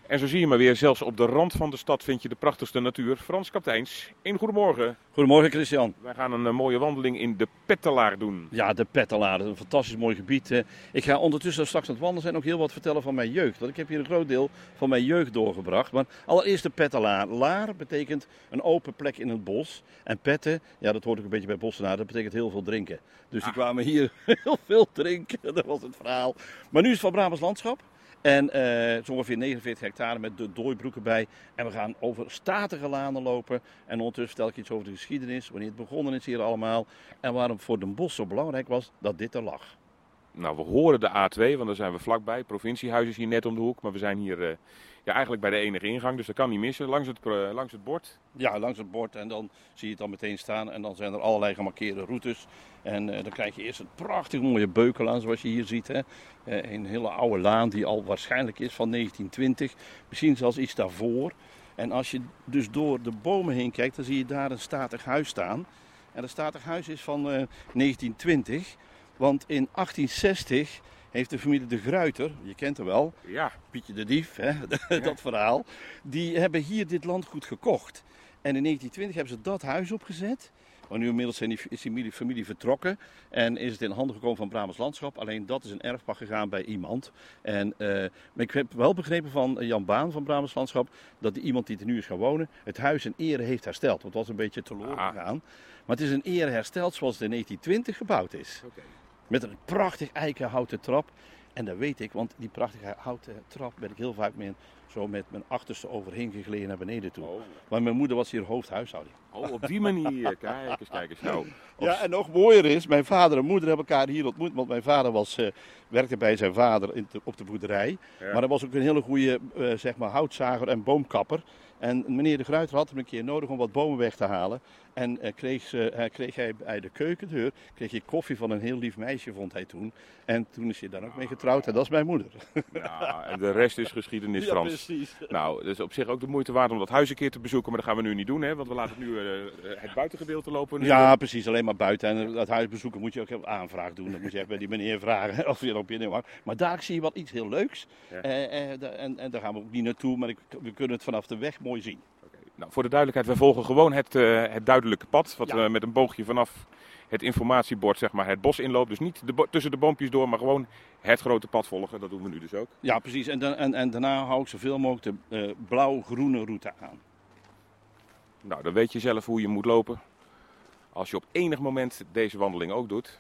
En zo zie je maar weer, zelfs op de rand van de stad vind je de prachtigste natuur. Frans Kapteins, een goedemorgen. Goedemorgen Christian. Wij gaan een mooie wandeling in de Pettelaar doen. Ja, de Pettelaar, een fantastisch mooi gebied. Ik ga ondertussen straks aan het wandelen zijn ook heel wat vertellen van mijn jeugd. Want ik heb hier een groot deel van mijn jeugd doorgebracht. Maar allereerst de Pettelaar. Laar betekent een open plek in het bos. En petten, ja dat hoort ook een beetje bij bossenaren, dat betekent heel veel drinken. Dus die kwamen hier heel veel drinken, dat was het verhaal. Maar nu is het van Brabants landschap. En het is ongeveer 49 hectare met de dooibroeken bij. En we gaan over statige lanen lopen. En ondertussen vertel ik iets over de geschiedenis, wanneer het begonnen is hier allemaal. En waarom voor Den Bosch zo belangrijk was dat dit er lag. Nou, we horen de A2, want daar zijn we vlakbij. Het provinciehuis is hier net om de hoek. Maar we zijn hier eigenlijk bij de enige ingang, dus dat kan niet missen. Langs het bord. Ja, langs het bord en dan zie je het dan meteen staan. En dan zijn er allerlei gemarkeerde routes. En dan krijg je eerst een prachtig mooie Beukelaan, zoals je hier ziet. Hè. Een hele oude laan die al waarschijnlijk is van 1920. Misschien zelfs iets daarvoor. En als je dus door de bomen heen kijkt, dan zie je daar een statig huis staan. En dat statig huis is van 1920. Want in 1860 heeft de familie De Gruyter, je kent hem wel, Ja. Pietje de Dief, hè, dat verhaal. Die hebben hier dit landgoed gekocht. En in 1920 hebben ze dat huis opgezet. Maar nu inmiddels is die familie vertrokken en is het in handen gekomen van Brabants Landschap. Alleen dat is een erfpacht gegaan bij iemand. En maar ik heb wel begrepen van Jan Baan van Brabants Landschap dat die iemand die er nu is gaan wonen het huis in ere heeft hersteld. Want het was een beetje teloor gegaan. Maar het is in ere hersteld zoals het in 1920 gebouwd is. Okay. Met een prachtig eikenhouten trap. En dat weet ik, want die prachtige houten trap ben ik heel vaak zo met mijn achterste overheen gegleden naar beneden toe. Oh. Maar mijn moeder was hier hoofdhuishouding. Oh, op die manier. Kijk eens. Nou, Ja, en nog mooier is, mijn vader en moeder hebben elkaar hier ontmoet. Want mijn vader werkte bij zijn vader op de boerderij. Ja. Maar hij was ook een hele goede houtzager en boomkapper. En meneer De Gruyter had hem een keer nodig om wat bomen weg te halen. En kreeg hij bij de keukendeur koffie van een heel lief meisje, vond hij toen. En toen is hij daar ook mee getrouwd en dat is mijn moeder. ja, en de rest is geschiedenis, Frans. Ja, precies. Nou, dat is op zich ook de moeite waard om dat huis een keer te bezoeken. Maar dat gaan we nu niet doen, hè? Want we laten nu het buitengedeelte lopen. Ja, precies. Alleen maar buiten. En dat huis bezoeken moet je ook een aanvraag doen. Dan moet je echt bij die meneer vragen of je erop binnen mag. Maar daar zie je wel iets heel leuks. Ja. En daar gaan we ook niet naartoe, maar we kunnen het vanaf de weg mooi zien. Nou, voor de duidelijkheid, we volgen gewoon het duidelijke pad. Wat met een boogje vanaf het informatiebord zeg maar, het bos inloopt. Dus niet tussen de boompjes door, maar gewoon het grote pad volgen. Dat doen we nu dus ook. Ja, precies. En daarna hou ik zoveel mogelijk de blauw-groene route aan. Nou, dan weet je zelf hoe je moet lopen. Als je op enig moment deze wandeling ook doet.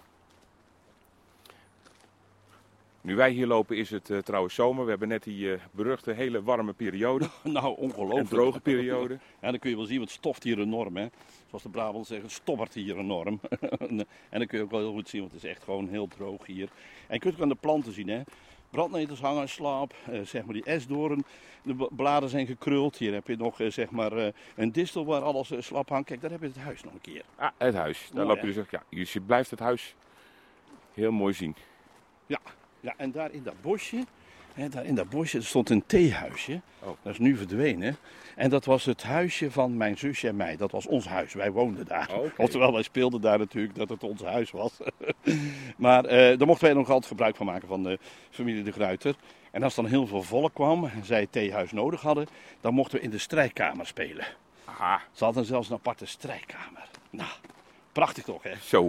Nu wij hier lopen is het trouwens zomer. We hebben net die beruchte hele warme periode. Nou, ongelooflijk. Een droge periode. Ja, dan kun je wel zien, want het stoft hier enorm. Hè. Zoals de Brabants zeggen, het stobbert hier enorm. En dan kun je ook wel heel goed zien, want het is echt gewoon heel droog hier. En je kunt ook aan de planten zien, hè. Brandnetels hangen in slaap, zeg maar die esdoorn, de bladen zijn gekruld. Hier heb je nog een distel waar alles slap hangt. Kijk, daar heb je het huis nog een keer. Ah, het huis. Daar loop je dus ook. Ja, dus je blijft het huis heel mooi zien. Ja, en daar in dat bosje, stond een theehuisje. Oh. Dat is nu verdwenen. En dat was het huisje van mijn zusje en mij. Dat was ons huis. Wij woonden daar. Okay. Oftewel, wij speelden daar natuurlijk dat het ons huis was. Maar daar mochten wij nog altijd gebruik van maken van de familie De Gruyter. En als dan heel veel volk kwam en zij het theehuis nodig hadden, dan mochten we in de strijkkamer spelen. Aha. Ze hadden zelfs een aparte strijkkamer. Nou, prachtig toch, hè? Zo.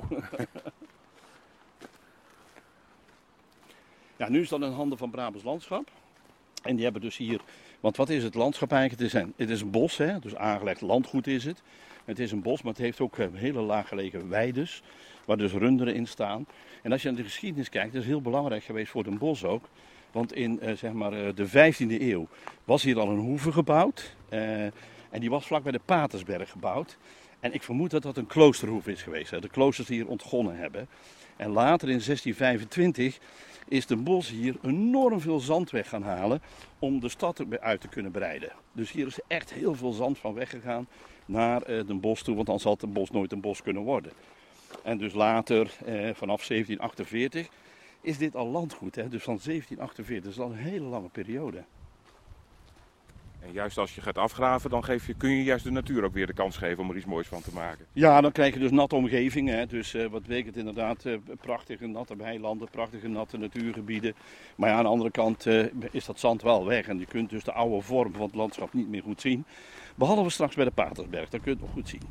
Ja, nu is dat in handen van Brabants Landschap. En die hebben dus hier, want wat is het landschap eigenlijk? Het is een bos, hè? Dus aangelegd landgoed is het. Het is een bos, maar het heeft ook hele laag gelegen weides, waar dus runderen in staan. En als je naar de geschiedenis kijkt, dat is heel belangrijk geweest voor Den Bosch ook. Want in de 15e eeuw was hier al een hoeve gebouwd. En die was vlak bij de Patersberg gebouwd. En ik vermoed dat dat een kloosterhoeve is geweest. Hè? De kloosters die hier ontgonnen hebben. En later in 1625 is Den Bosch hier enorm veel zand weg gaan halen om de stad uit te kunnen breiden. Dus hier is echt heel veel zand van weggegaan naar Den Bosch toe, want dan zal Den Bosch nooit een bos kunnen worden. En dus later, vanaf 1748, is dit al landgoed. Hè? Dus van 1748, dat is al een hele lange periode. En juist als je gaat afgraven, dan kun je juist de natuur ook weer de kans geven om er iets moois van te maken. Ja, dan krijg je dus natte omgeving. Hè. Dus wat betekent inderdaad prachtige natte weilanden, prachtige natte natuurgebieden. Maar ja, aan de andere kant is dat zand wel weg. En je kunt dus de oude vorm van het landschap niet meer goed zien. Behalve straks bij de Patersberg, daar kun je het nog goed zien.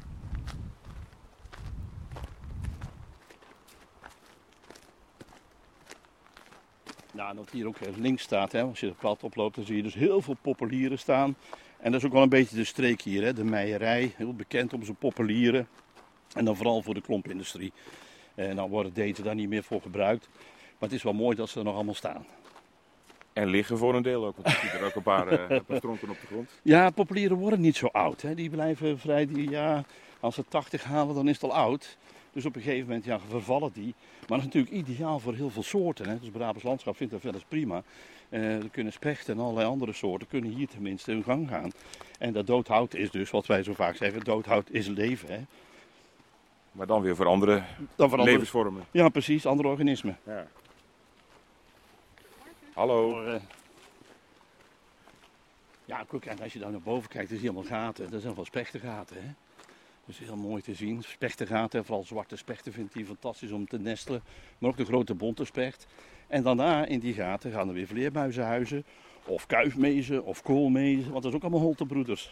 Nou, en wat hier ook links staat, hè, als je het pad oploopt, dan zie je dus heel veel populieren staan. En dat is ook wel een beetje de streek hier, hè, de Meierij, heel bekend om zijn populieren. En dan vooral voor de klompindustrie. En dan worden daten daar niet meer voor gebruikt. Maar het is wel mooi dat ze er nog allemaal staan. En liggen voor een deel ook, want je ziet er ook een paar stronken op de grond. Ja, populieren worden niet zo oud. Hè. Die blijven vrij, ja, als ze 80 halen, dan is het al oud. Dus op een gegeven moment ja, vervallen die. Maar dat is natuurlijk ideaal voor heel veel soorten. Hè. Dus Brabants landschap vindt dat wel eens prima. Er kunnen spechten en allerlei andere soorten kunnen hier tenminste hun gang gaan. En dat doodhout is dus, wat wij zo vaak zeggen, doodhout is leven. Hè. Maar dan weer voor andere levensvormen. Ja, precies, andere organismen. Ja. Hallo. Ja, kijk, als je daar naar boven kijkt, dan zie je allemaal gaten. Dat zijn wel spechtengaten, hè. Dat is heel mooi te zien. Spechtengaten, vooral zwarte spechten vindt hij fantastisch om te nestelen. Maar ook de grote bonte specht. En daarna in die gaten gaan er weer vleermuizen huizen. Of kuifmezen of koolmezen, want dat is ook allemaal holtebroeders.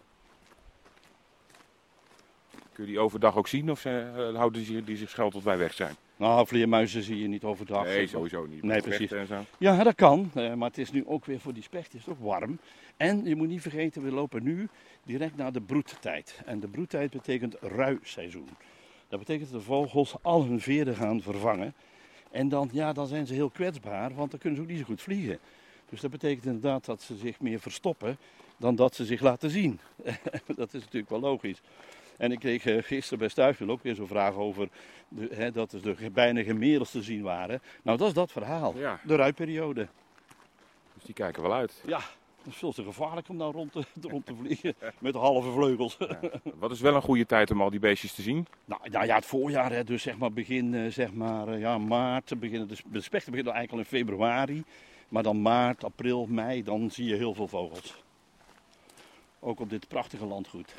Kun je die overdag ook zien of houden die zich schuil tot wij weg zijn? Nou, vleermuizen zie je niet overdag. Nee, sowieso niet. Nee, precies. En zo. Ja, dat kan. Maar het is nu ook weer voor die specht is het ook warm. En je moet niet vergeten, we lopen nu direct naar de broedtijd. En de broedtijd betekent ruiseizoen. Dat betekent dat de vogels al hun veren gaan vervangen. En dan zijn ze heel kwetsbaar, want dan kunnen ze ook niet zo goed vliegen. Dus dat betekent inderdaad dat ze zich meer verstoppen dan dat ze zich laten zien. Dat is natuurlijk wel logisch. En ik kreeg gisteren bij Stuifmeel ook weer zo'n vraag over dat er bijna geen merels te zien waren. Nou, dat is dat verhaal. Ja. De ruiperiode. Dus die kijken wel uit. Ja, dat is veel te gevaarlijk om nou rond te vliegen met halve vleugels. Ja. Wat is wel een goede tijd om al die beestjes te zien? Nou ja, het voorjaar, hè, dus zeg maar begin maart. De spechten beginnen eigenlijk al in februari. Maar dan maart, april, mei, dan zie je heel veel vogels. Ook op dit prachtige landgoed.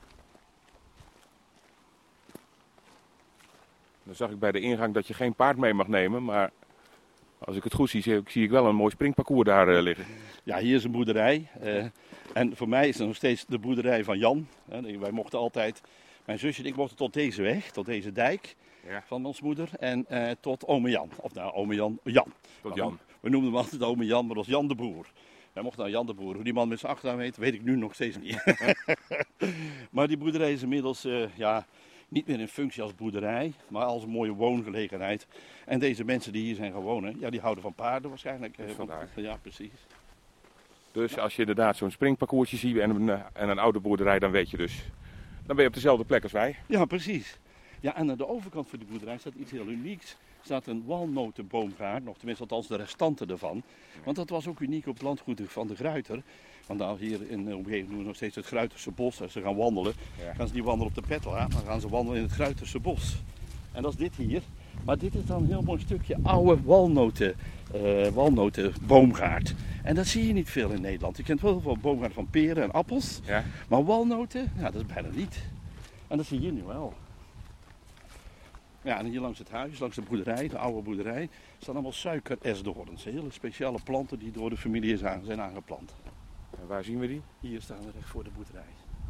Dan zag ik bij de ingang dat je geen paard mee mag nemen, maar als ik het goed zie ik wel een mooi springparcours daar liggen. Ja, hier is een boerderij. En voor mij is het nog steeds de boerderij van Jan. Wij mochten altijd, mijn zusje en ik mochten tot deze weg, tot deze dijk van ons moeder. En tot ome Jan. Of nou, ome Jan. Tot Jan. We noemden hem altijd ome Jan, maar dat was Jan de Boer. Wij mochten naar Jan de Boer. Hoe die man met zijn achternaam heet, weet ik nu nog steeds niet. Maar die boerderij is inmiddels niet meer in functie als boerderij, maar als een mooie woongelegenheid. En deze mensen die hier zijn gaan wonen, ja, die houden van paarden waarschijnlijk. Vandaar. Ja, precies. Dus als je inderdaad zo'n springparcoursje ziet en een oude boerderij, dan weet je dus. Dan ben je op dezelfde plek als wij. Ja, precies. Ja, en aan de overkant van die boerderij staat iets heel unieks. Er staat een walnotenboomgaard, nog tenminste althans de restanten ervan. Want dat was ook uniek op het landgoed van de Gruiter. Want nou, hier in de omgeving doen we nog steeds het Gruiterse bos. Als ze gaan wandelen, gaan ze niet wandelen op de Petla, maar gaan ze wandelen in het Gruiterse bos. En dat is dit hier. Maar dit is dan een heel mooi stukje oude walnotenboomgaard. En dat zie je niet veel in Nederland. Je kent wel heel veel boomgaarden van peren en appels. Ja. Maar walnoten, ja, dat is bijna niet. En dat zie je nu wel. Ja, en hier langs het huis, langs de boerderij, de oude boerderij, staan allemaal suikeresdoorns. Hele speciale planten die door de familie zijn aangeplant. En waar zien we die? Hier staan we recht voor de boerderij.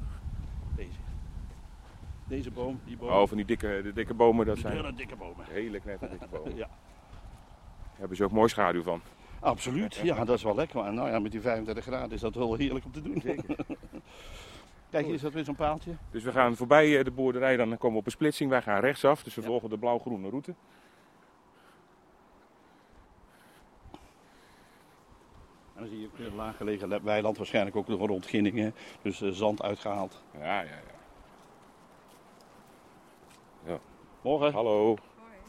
Deze boom, die boom. Oh, van die dikke bomen, dat zijn hele dikke bomen. Hele knetter dikke bomen. Ja. Daar hebben ze ook mooi schaduw van. Absoluut, ja, dat is wel lekker. Maar nou ja, met die 35 graden is dat wel heerlijk om te doen. Zeker. Kijk, hier is dat weer zo'n paaltje. Dus we gaan voorbij de boerderij, dan komen we op een splitsing. Wij gaan rechtsaf, dus we volgen de blauw-groene route. En dan zie je ook een laaggelegen weiland, waarschijnlijk ook nog rond Ginningen. Dus zand uitgehaald. Ja. Morgen. Hallo. Hoi.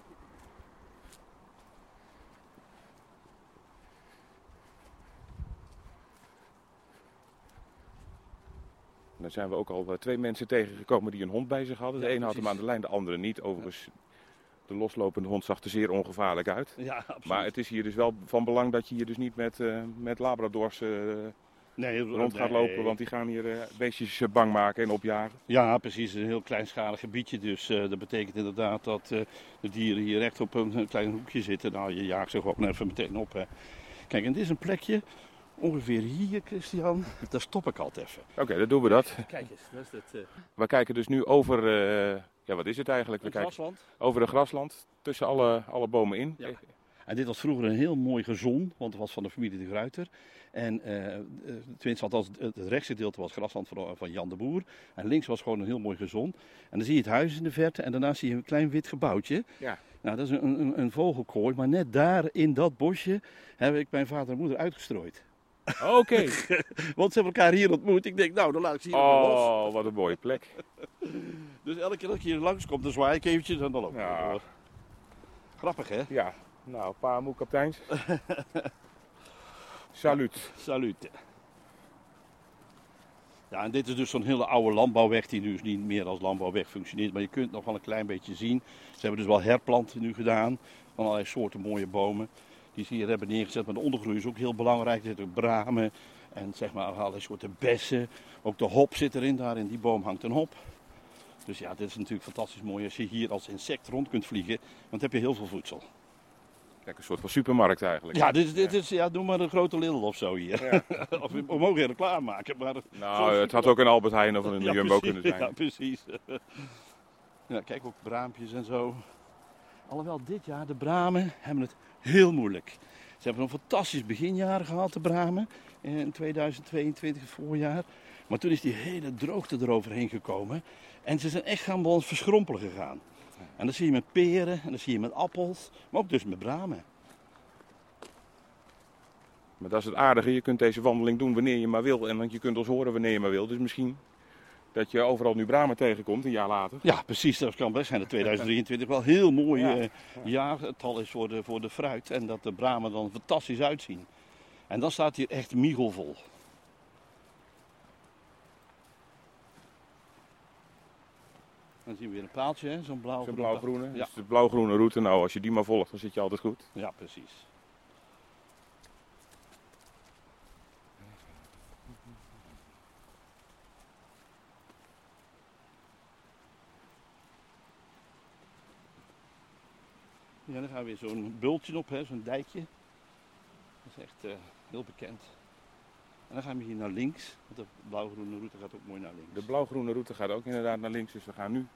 Dan zijn we ook al 2 mensen tegengekomen die een hond bij zich hadden. De ene had hem aan de lijn, de andere niet. Overigens, de loslopende hond zag er zeer ongevaarlijk uit. Ja, absoluut. Maar het is hier dus wel van belang dat je hier dus niet met labradors rond gaat lopen, want die gaan hier beestjes bang maken en opjagen. Ja, precies. Het is een heel kleinschalig gebiedje, dus dat betekent inderdaad dat de dieren hier echt op een klein hoekje zitten. Nou, je jaagt ze gewoon even meteen op. Hè. Kijk, en dit is een plekje, ongeveer hier, Christian, daar stop ik altijd even. Oké, dan doen we dat. Kijk eens, dat is het We kijken dus nu over, wat is het eigenlijk? We kijken grasland. over een grasland, tussen alle bomen in. Ja. En dit was vroeger een heel mooi gezon, want het was van de familie de Gruyter. En tenminste, althans, het rechtse gedeelte was grasland van Jan de Boer. En links was gewoon een heel mooi gezon. En dan zie je het huis in de verte en daarna zie je een klein wit gebouwtje. Ja. Nou, dat is een vogelkooi, maar net daar in dat bosje heb ik mijn vader en moeder uitgestrooid. Oké. Want ze hebben elkaar hier ontmoet. Ik denk, nou, dan laat ik ze hier maar los. Oh, wat een mooie plek. Dus elke keer dat ik hier langskom, dan zwaai ik eventjes en dan loop ik Ja. door. Grappig, hè? Ja, nou, Pamoe kapiteins. Salut. Salut. Ja, en dit is dus zo'n hele oude landbouwweg die nu niet meer als landbouwweg functioneert. Maar je kunt het nog wel een klein beetje zien. Ze hebben dus wel herplanten nu gedaan van allerlei soorten mooie bomen. Die ze hier hebben neergezet. Maar de ondergroei is ook heel belangrijk. Er zitten ook bramen en zeg maar allerlei soorten bessen. Ook de hop zit erin. Daar in die boom hangt een hop. Dus ja, dit is natuurlijk fantastisch mooi als je hier als insect rond kunt vliegen. Want dan heb je heel veel voedsel. Kijk, een soort van supermarkt eigenlijk. Ja, dit is, doe maar een grote Lidl of zo hier. Ja. Of we mogen geen reclame maken, maar... Nou, het had ook een Albert Heijn of een Jumbo kunnen zijn. Ja, precies. Ja, kijk, ook braampjes en zo. Alhoewel dit jaar, de bramen hebben het heel moeilijk. Ze hebben een fantastisch beginjaar gehad, de bramen. In 2022, het voorjaar. Maar toen is die hele droogte eroverheen gekomen. En ze zijn echt gaan verschrompelen gegaan. En dat zie je met peren, en dat zie je met appels, maar ook dus met bramen. Maar dat is het aardige, je kunt deze wandeling doen wanneer je maar wil. En je kunt ons horen wanneer je maar wil. Dus misschien dat je overal nu bramen tegenkomt, een jaar later. Ja, precies. Dat kan best zijn dat 2023 wel heel mooi Ja. jaartal is voor de fruit. En dat de bramen dan fantastisch uitzien. En dan staat hier echt miegelvol. Dan zien we weer een paaltje, hè? Zo'n Blauw-groene. Ja. Dus de blauw-groene route, nou als je die maar volgt, dan zit je altijd goed. Ja, precies. Ja, dan gaan we weer zo'n bultje op, hè? Zo'n dijkje. Dat is echt heel bekend. En dan gaan we hier naar links, want de blauw-groene route gaat ook mooi naar links. De blauw-groene route gaat ook inderdaad naar links, dus we gaan nu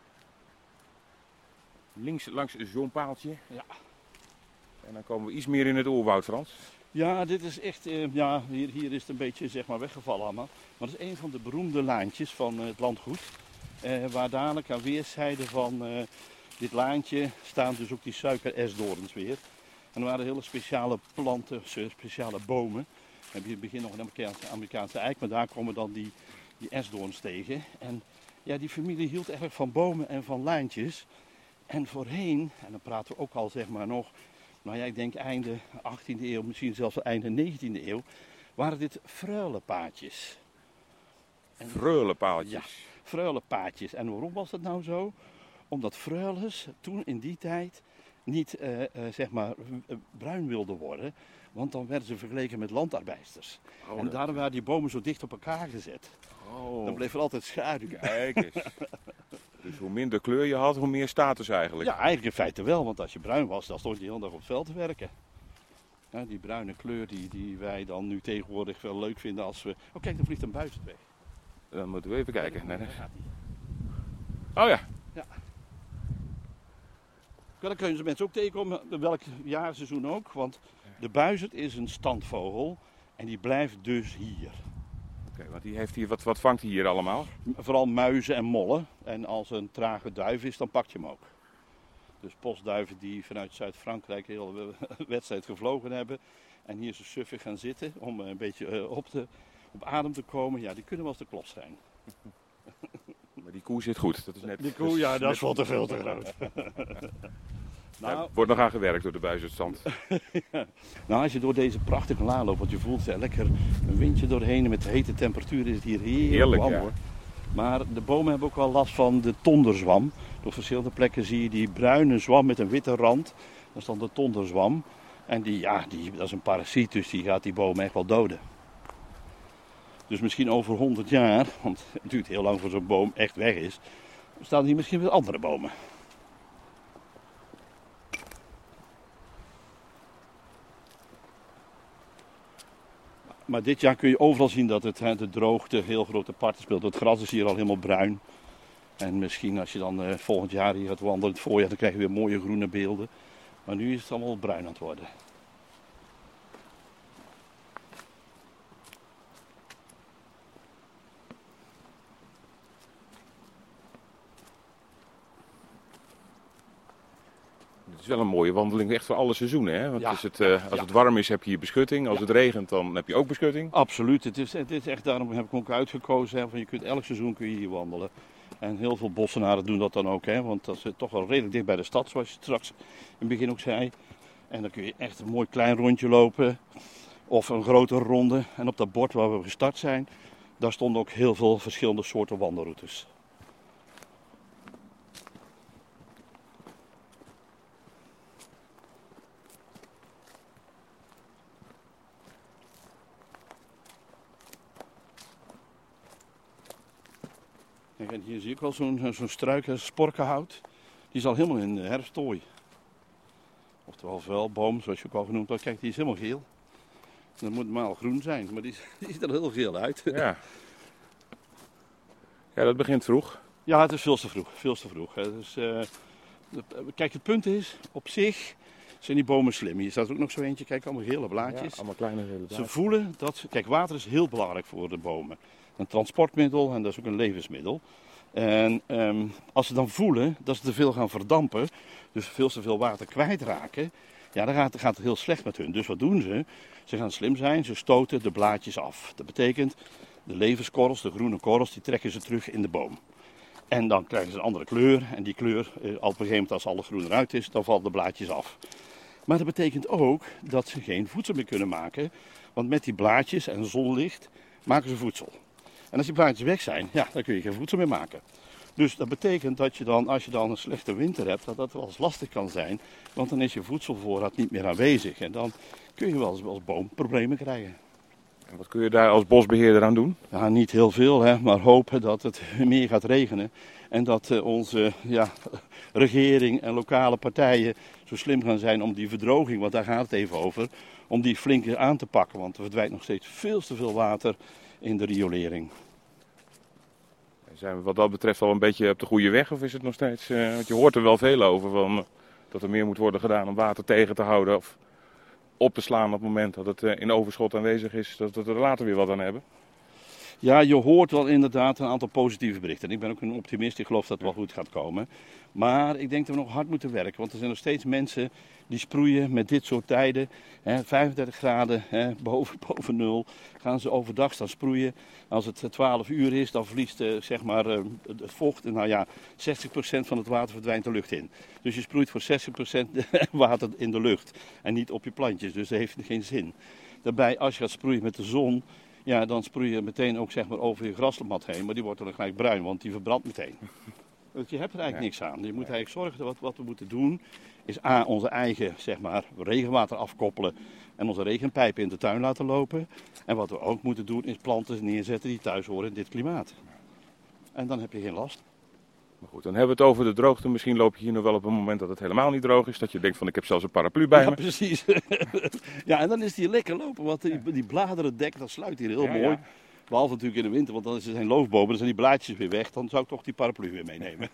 links langs zo'n paaltje. Ja. En dan komen we iets meer in het oerwoud, Frans. Ja, dit is echt, hier is het een beetje zeg maar weggevallen allemaal. Maar het is een van de beroemde laantjes van het landgoed. Waar dadelijk aan weerszijden van dit laantje staan dus ook die suikeresdoorns weer. En er waren hele speciale planten, speciale bomen. We hebben hier in het begin nog een Amerikaanse eik, maar daar komen dan die esdoorns tegen. En ja, die familie hield eigenlijk van bomen en van laantjes. En voorheen, en dan praten we ook al zeg maar nog, nou ja, ik denk einde 18e eeuw, misschien zelfs einde 19e eeuw, waren dit freulepaadjes. Freulepaaltjes. Ja, freulepaadjes. En waarom was dat nou zo? Omdat freules toen in die tijd niet zeg maar bruin wilden worden, want dan werden ze vergeleken met landarbeidsters. Oh, En daarom waren die bomen zo dicht op elkaar gezet. Oh. Dan bleef er altijd schaduw. Kijk eens. Dus hoe minder kleur je had, hoe meer status eigenlijk. Ja, eigenlijk in feite wel, want als je bruin was, dan stond je de hele dag op het veld te werken. Ja, die bruine kleur die wij dan nu tegenwoordig wel leuk vinden als we... Oh kijk, daar vliegt een buizerd weg. Dan moeten we even kijken. Daar Nee, gaat hij. Oh ja. Ja, dan kunnen ze mensen ook tegenkomen, welk jaarseizoen ook. Want de buizerd is een standvogel en die blijft dus hier. Oké, want die heeft hier, wat vangt hij hier allemaal? Vooral muizen en mollen. En als een trage duif is, dan pak je hem ook. Dus postduiven die vanuit Zuid-Frankrijk een hele wedstrijd gevlogen hebben. En hier zo suffig gaan zitten om een beetje op adem te komen. Ja, die kunnen wel eens de klop zijn. Maar die koe zit goed. Dat is net, Die koe, ja, dat is wel te veel te groot. Nou, wordt nog aan gewerkt door de buizerdstand. Nou, als je door deze prachtige laan loopt, want je voelt lekker een windje doorheen. En met de hete temperatuur is het hier heerlijk warm, ja. hoor. Maar de bomen hebben ook wel last van de tonderzwam. Op verschillende plekken zie je die bruine zwam met een witte rand. Dat is dan de tonderzwam. En dat is een parasiet, dus die gaat die bomen echt wel doden. Dus misschien over 100 jaar, want het duurt heel lang voor zo'n boom echt weg is, staan hier misschien weer andere bomen. Maar dit jaar kun je overal zien dat de droogte heel grote parten speelt. Het gras is hier al helemaal bruin. En misschien als je dan volgend jaar hier gaat wandelen, het voorjaar, dan krijg je weer mooie groene beelden. Maar nu is het allemaal bruin aan het worden. Het is wel een mooie wandeling, echt voor alle seizoenen. Hè? Want Ja. als het warm is heb je hier beschutting, als het regent dan heb je ook beschutting. Absoluut, het is echt, daarom heb ik ook uitgekozen. Hè, van elk seizoen kun je hier wandelen. En heel veel bossenaren doen dat dan ook, hè, want dat is toch wel redelijk dicht bij de stad, zoals je straks in het begin ook zei. En dan kun je echt een mooi klein rondje lopen, of een grotere ronde. En op dat bord waar we gestart zijn, daar stonden ook heel veel verschillende soorten wandelroutes. En hier zie ik wel zo'n struik, sporkenhout. Die is al helemaal in de herfsttooi. Oftewel vuilboom, zoals je ook al genoemd had. Kijk, die is helemaal geel. Dat moet normaal groen zijn, maar die ziet er heel geel uit. Ja. Ja, dat begint vroeg. Ja, het is veel te vroeg. Veel te vroeg. Dus, kijk, het punt is, op zich zijn die bomen slim. Hier staat ook nog zo eentje, kijk, allemaal gele blaadjes. Ja, allemaal kleine gele blaadjes. Ze voelen dat... Kijk, water is heel belangrijk voor de bomen. Een transportmiddel en dat is ook een levensmiddel. En als ze dan voelen dat ze te veel gaan verdampen, dus veel te veel water kwijtraken, ja, dan gaat het heel slecht met hun. Dus wat doen ze? Ze gaan slim zijn, ze stoten de blaadjes af. Dat betekent, de levenskorrels, de groene korrels, die trekken ze terug in de boom. En dan krijgen ze een andere kleur. En die kleur, op een gegeven moment als alle groen eruit is, dan vallen de blaadjes af. Maar dat betekent ook dat ze geen voedsel meer kunnen maken. Want met die blaadjes en zonlicht maken ze voedsel. En als die blaadjes weg zijn, ja, dan kun je geen voedsel meer maken. Dus dat betekent dat je dan, als je dan een slechte winter hebt, dat wel eens lastig kan zijn. Want dan is je voedselvoorraad niet meer aanwezig. En dan kun je wel eens als boom problemen krijgen. En wat kun je daar als bosbeheerder aan doen? Ja, niet heel veel, hè, maar hopen dat het meer gaat regenen. En dat onze regering en lokale partijen zo slim gaan zijn om die verdroging, want daar gaat het even over, om die flink aan te pakken. Want er verdwijnt nog steeds veel te veel water in de riolering. Zijn we wat dat betreft al een beetje op de goede weg of is het nog steeds... want je hoort er wel veel over, van, dat er meer moet worden gedaan om water tegen te houden of op te slaan op het moment dat het in overschot aanwezig is, dat we er later weer wat aan hebben. Ja, je hoort wel inderdaad een aantal positieve berichten. Ik ben ook een optimist, ik geloof dat het wel goed gaat komen. Maar ik denk dat we nog hard moeten werken, want er zijn nog steeds mensen die sproeien met dit soort tijden. 35 graden, boven nul, gaan ze overdag staan sproeien. Als het 12 uur is, dan verliest zeg maar, het vocht. En nou ja, 60% van het water verdwijnt de lucht in. Dus je sproeit voor 60% water in de lucht en niet op je plantjes, dus dat heeft geen zin. Daarbij, als je gaat sproeien met de zon, ja, dan sproei je meteen ook zeg maar, over je grasmat heen, maar die wordt dan gelijk bruin, want die verbrandt meteen. Dus je hebt er eigenlijk niks aan. Je moet eigenlijk zorgen dat wat we moeten doen, is onze eigen zeg maar, regenwater afkoppelen en onze regenpijpen in de tuin laten lopen. En wat we ook moeten doen, is planten neerzetten die thuis horen in dit klimaat. En dan heb je geen last. Maar goed, dan hebben we het over de droogte. Misschien loop je hier nog wel op een moment dat het helemaal niet droog is. Dat je denkt van ik heb zelfs een paraplu bij me. Ja, precies. Ja, en dan is het hier lekker lopen, want die bladerdek, dat sluit hier heel mooi. Ja. Behalve natuurlijk in de winter, want dan zijn loofbomen, dan zijn die blaadjes weer weg. Dan zou ik toch die paraplu weer meenemen.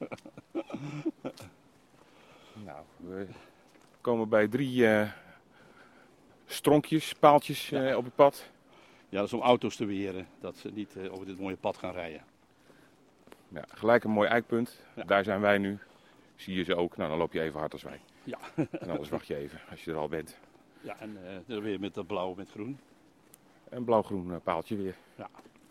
Nou, we komen bij 3 stronkjes, paaltjes op het pad. Ja, dat is om auto's te weren, dat ze niet over dit mooie pad gaan rijden. Ja, gelijk een mooi eikpunt. Ja. Daar zijn wij nu. Zie je ze ook? Nou, dan loop je even hard als wij. Ja. En anders wacht je even, als je er al bent. Ja, en weer met dat blauw met groen. Een blauw-groen paaltje weer. Ja.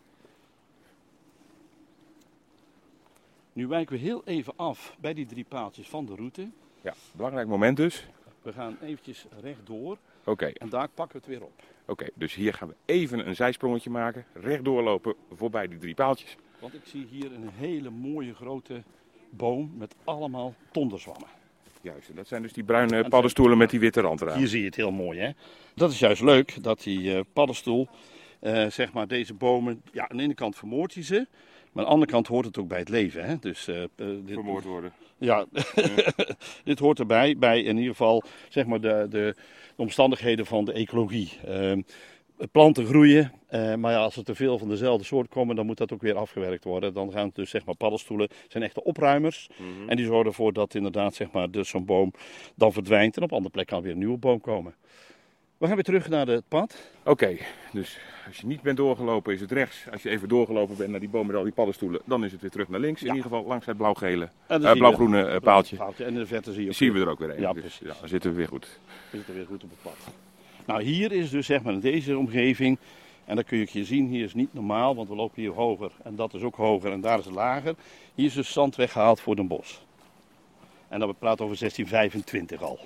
Nu wijken we heel even af bij die 3 paaltjes van de route. Ja, belangrijk moment dus. We gaan eventjes rechtdoor. Oké. En daar pakken we het weer op. Oké, dus hier gaan we even een zijsprongetje maken. Rechtdoor lopen voorbij die 3 paaltjes. Want ik zie hier een hele mooie grote boom met allemaal tonderzwammen. Juist, en dat zijn dus die bruine paddenstoelen met die witte rand eraan. Hier zie je het heel mooi, hè. Dat is juist leuk, dat die paddenstoel zeg maar deze bomen, ja, aan de ene kant vermoordt hij ze, maar aan de andere kant hoort het ook bij het leven. Hè? Dus, dit, Vermoord worden. ja, dit hoort erbij, bij in ieder geval zeg maar de omstandigheden van de ecologie. Planten groeien, maar ja, als er te veel van dezelfde soort komen, dan moet dat ook weer afgewerkt worden. Dan gaan dus zeg maar paddenstoelen, zijn echte opruimers. En die zorgen ervoor dat inderdaad zeg maar dus zo'n boom dan verdwijnt en op andere plek kan weer een nieuwe boom komen. We gaan weer terug naar het pad. Oké, dus als je niet bent doorgelopen is het rechts. Als je even doorgelopen bent naar die boom met al die paddenstoelen, dan is het weer terug naar links. Ja. In ieder geval langs het blauw-gele, En dan blauw-groene paaltje. En in de verte zie je ook Zien we er ook weer een. Ja, Dus, precies. ja, dan zitten we weer goed. We zitten weer goed op het pad. Nou, hier is dus zeg maar in deze omgeving, en dat kun je zien, hier is niet normaal, want we lopen hier hoger en dat is ook hoger en daar is het lager. Hier is dus zand weggehaald voor Den Bosch. En dan we praten over 1625 al.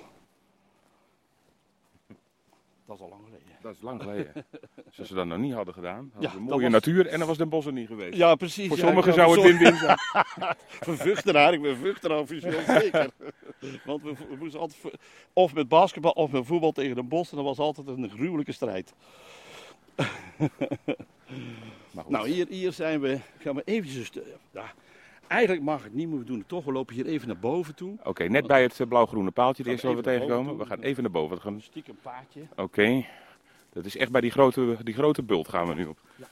Dat is al lang geleden. Dat is lang geleden. Dus als ze dat nog niet hadden gedaan, hadden Ja, we een dat mooie was- natuur en dan was Den Bosch er niet geweest. Ja, precies. Voor ja, sommigen ik zou het ben win-win zijn. een vuchteraar, ik ben vuchteraar officieel zeker. Want we moesten altijd of met basketbal of met voetbal tegen Den Bosch en dat was altijd een gruwelijke strijd. Maar goed. Nou, hier zijn we, gaan we eventjes, ja, eigenlijk mag het niet, maar we doen het toch. We lopen hier even naar boven toe. Oké, net bij het blauw-groene paaltje, het Gaan we eerste wat we even naar tegenkomen. We boven gaan even naar boven. We gaan... Een stiekem paadje. Oké, dat is echt bij die grote bult gaan we nu op. Ja.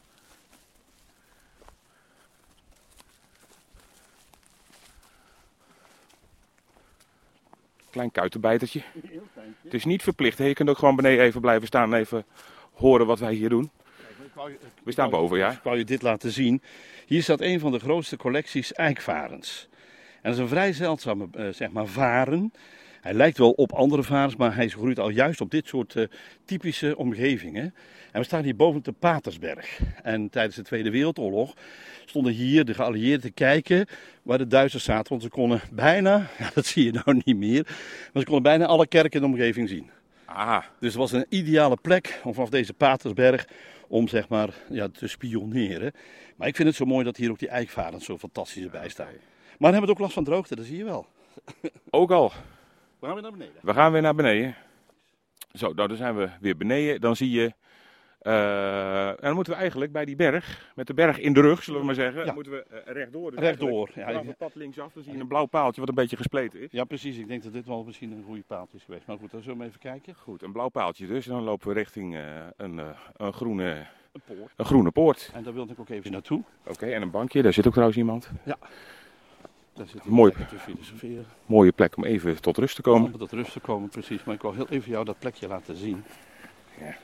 Klein kuitenbijtertje. Een heel kleintje. Het is niet verplicht, hè. Je kunt ook gewoon beneden even blijven staan en even horen wat wij hier doen. We staan boven, ja. Ik wou je dit laten zien. Hier staat een van de grootste collecties eikvarens. En dat is een vrij zeldzame zeg maar varen. Hij lijkt wel op andere varens, maar hij groeit al juist op dit soort typische omgevingen. En we staan hier boven op de Patersberg. En tijdens de Tweede Wereldoorlog stonden hier de geallieerden te kijken waar de Duitsers zaten. Want ze konden bijna, ja, dat zie je nou niet meer, maar ze konden bijna alle kerken in de omgeving zien. Ah, Dus het was een ideale plek om vanaf deze Patersberg om zeg maar ja, te spioneren. Maar ik vind het zo mooi dat hier ook die eikvarens zo fantastisch erbij staan. Maar we hebben ook last van droogte, dat zie je wel. ook al. We gaan weer naar beneden. We gaan weer naar beneden. Zo, nou, dan zijn we weer beneden. Dan zie je... en dan moeten we eigenlijk bij die berg, met de berg in de rug, zullen we maar zeggen, Ja. dan moeten we rechtdoor. Dus Rechtdoor, eigenlijk ja. vanaf het pad linksaf, dan zie je een blauw paaltje wat een beetje gespleten is. Ja, precies. Ik denk dat dit wel misschien een goede paard is geweest. Maar goed, dan zullen we even kijken. Goed, een blauw paaltje dus. En dan lopen we richting een groene Een poort. Een groene poort. En daar wilde ik ook even naartoe. Oké, en een bankje. Daar zit ook trouwens iemand. Daar zit hij Mooi. lekker te filosoferen. Mooie plek om even tot rust te komen. Om tot rust te komen, precies. Maar ik wil heel even jou dat plekje laten zien. Ja.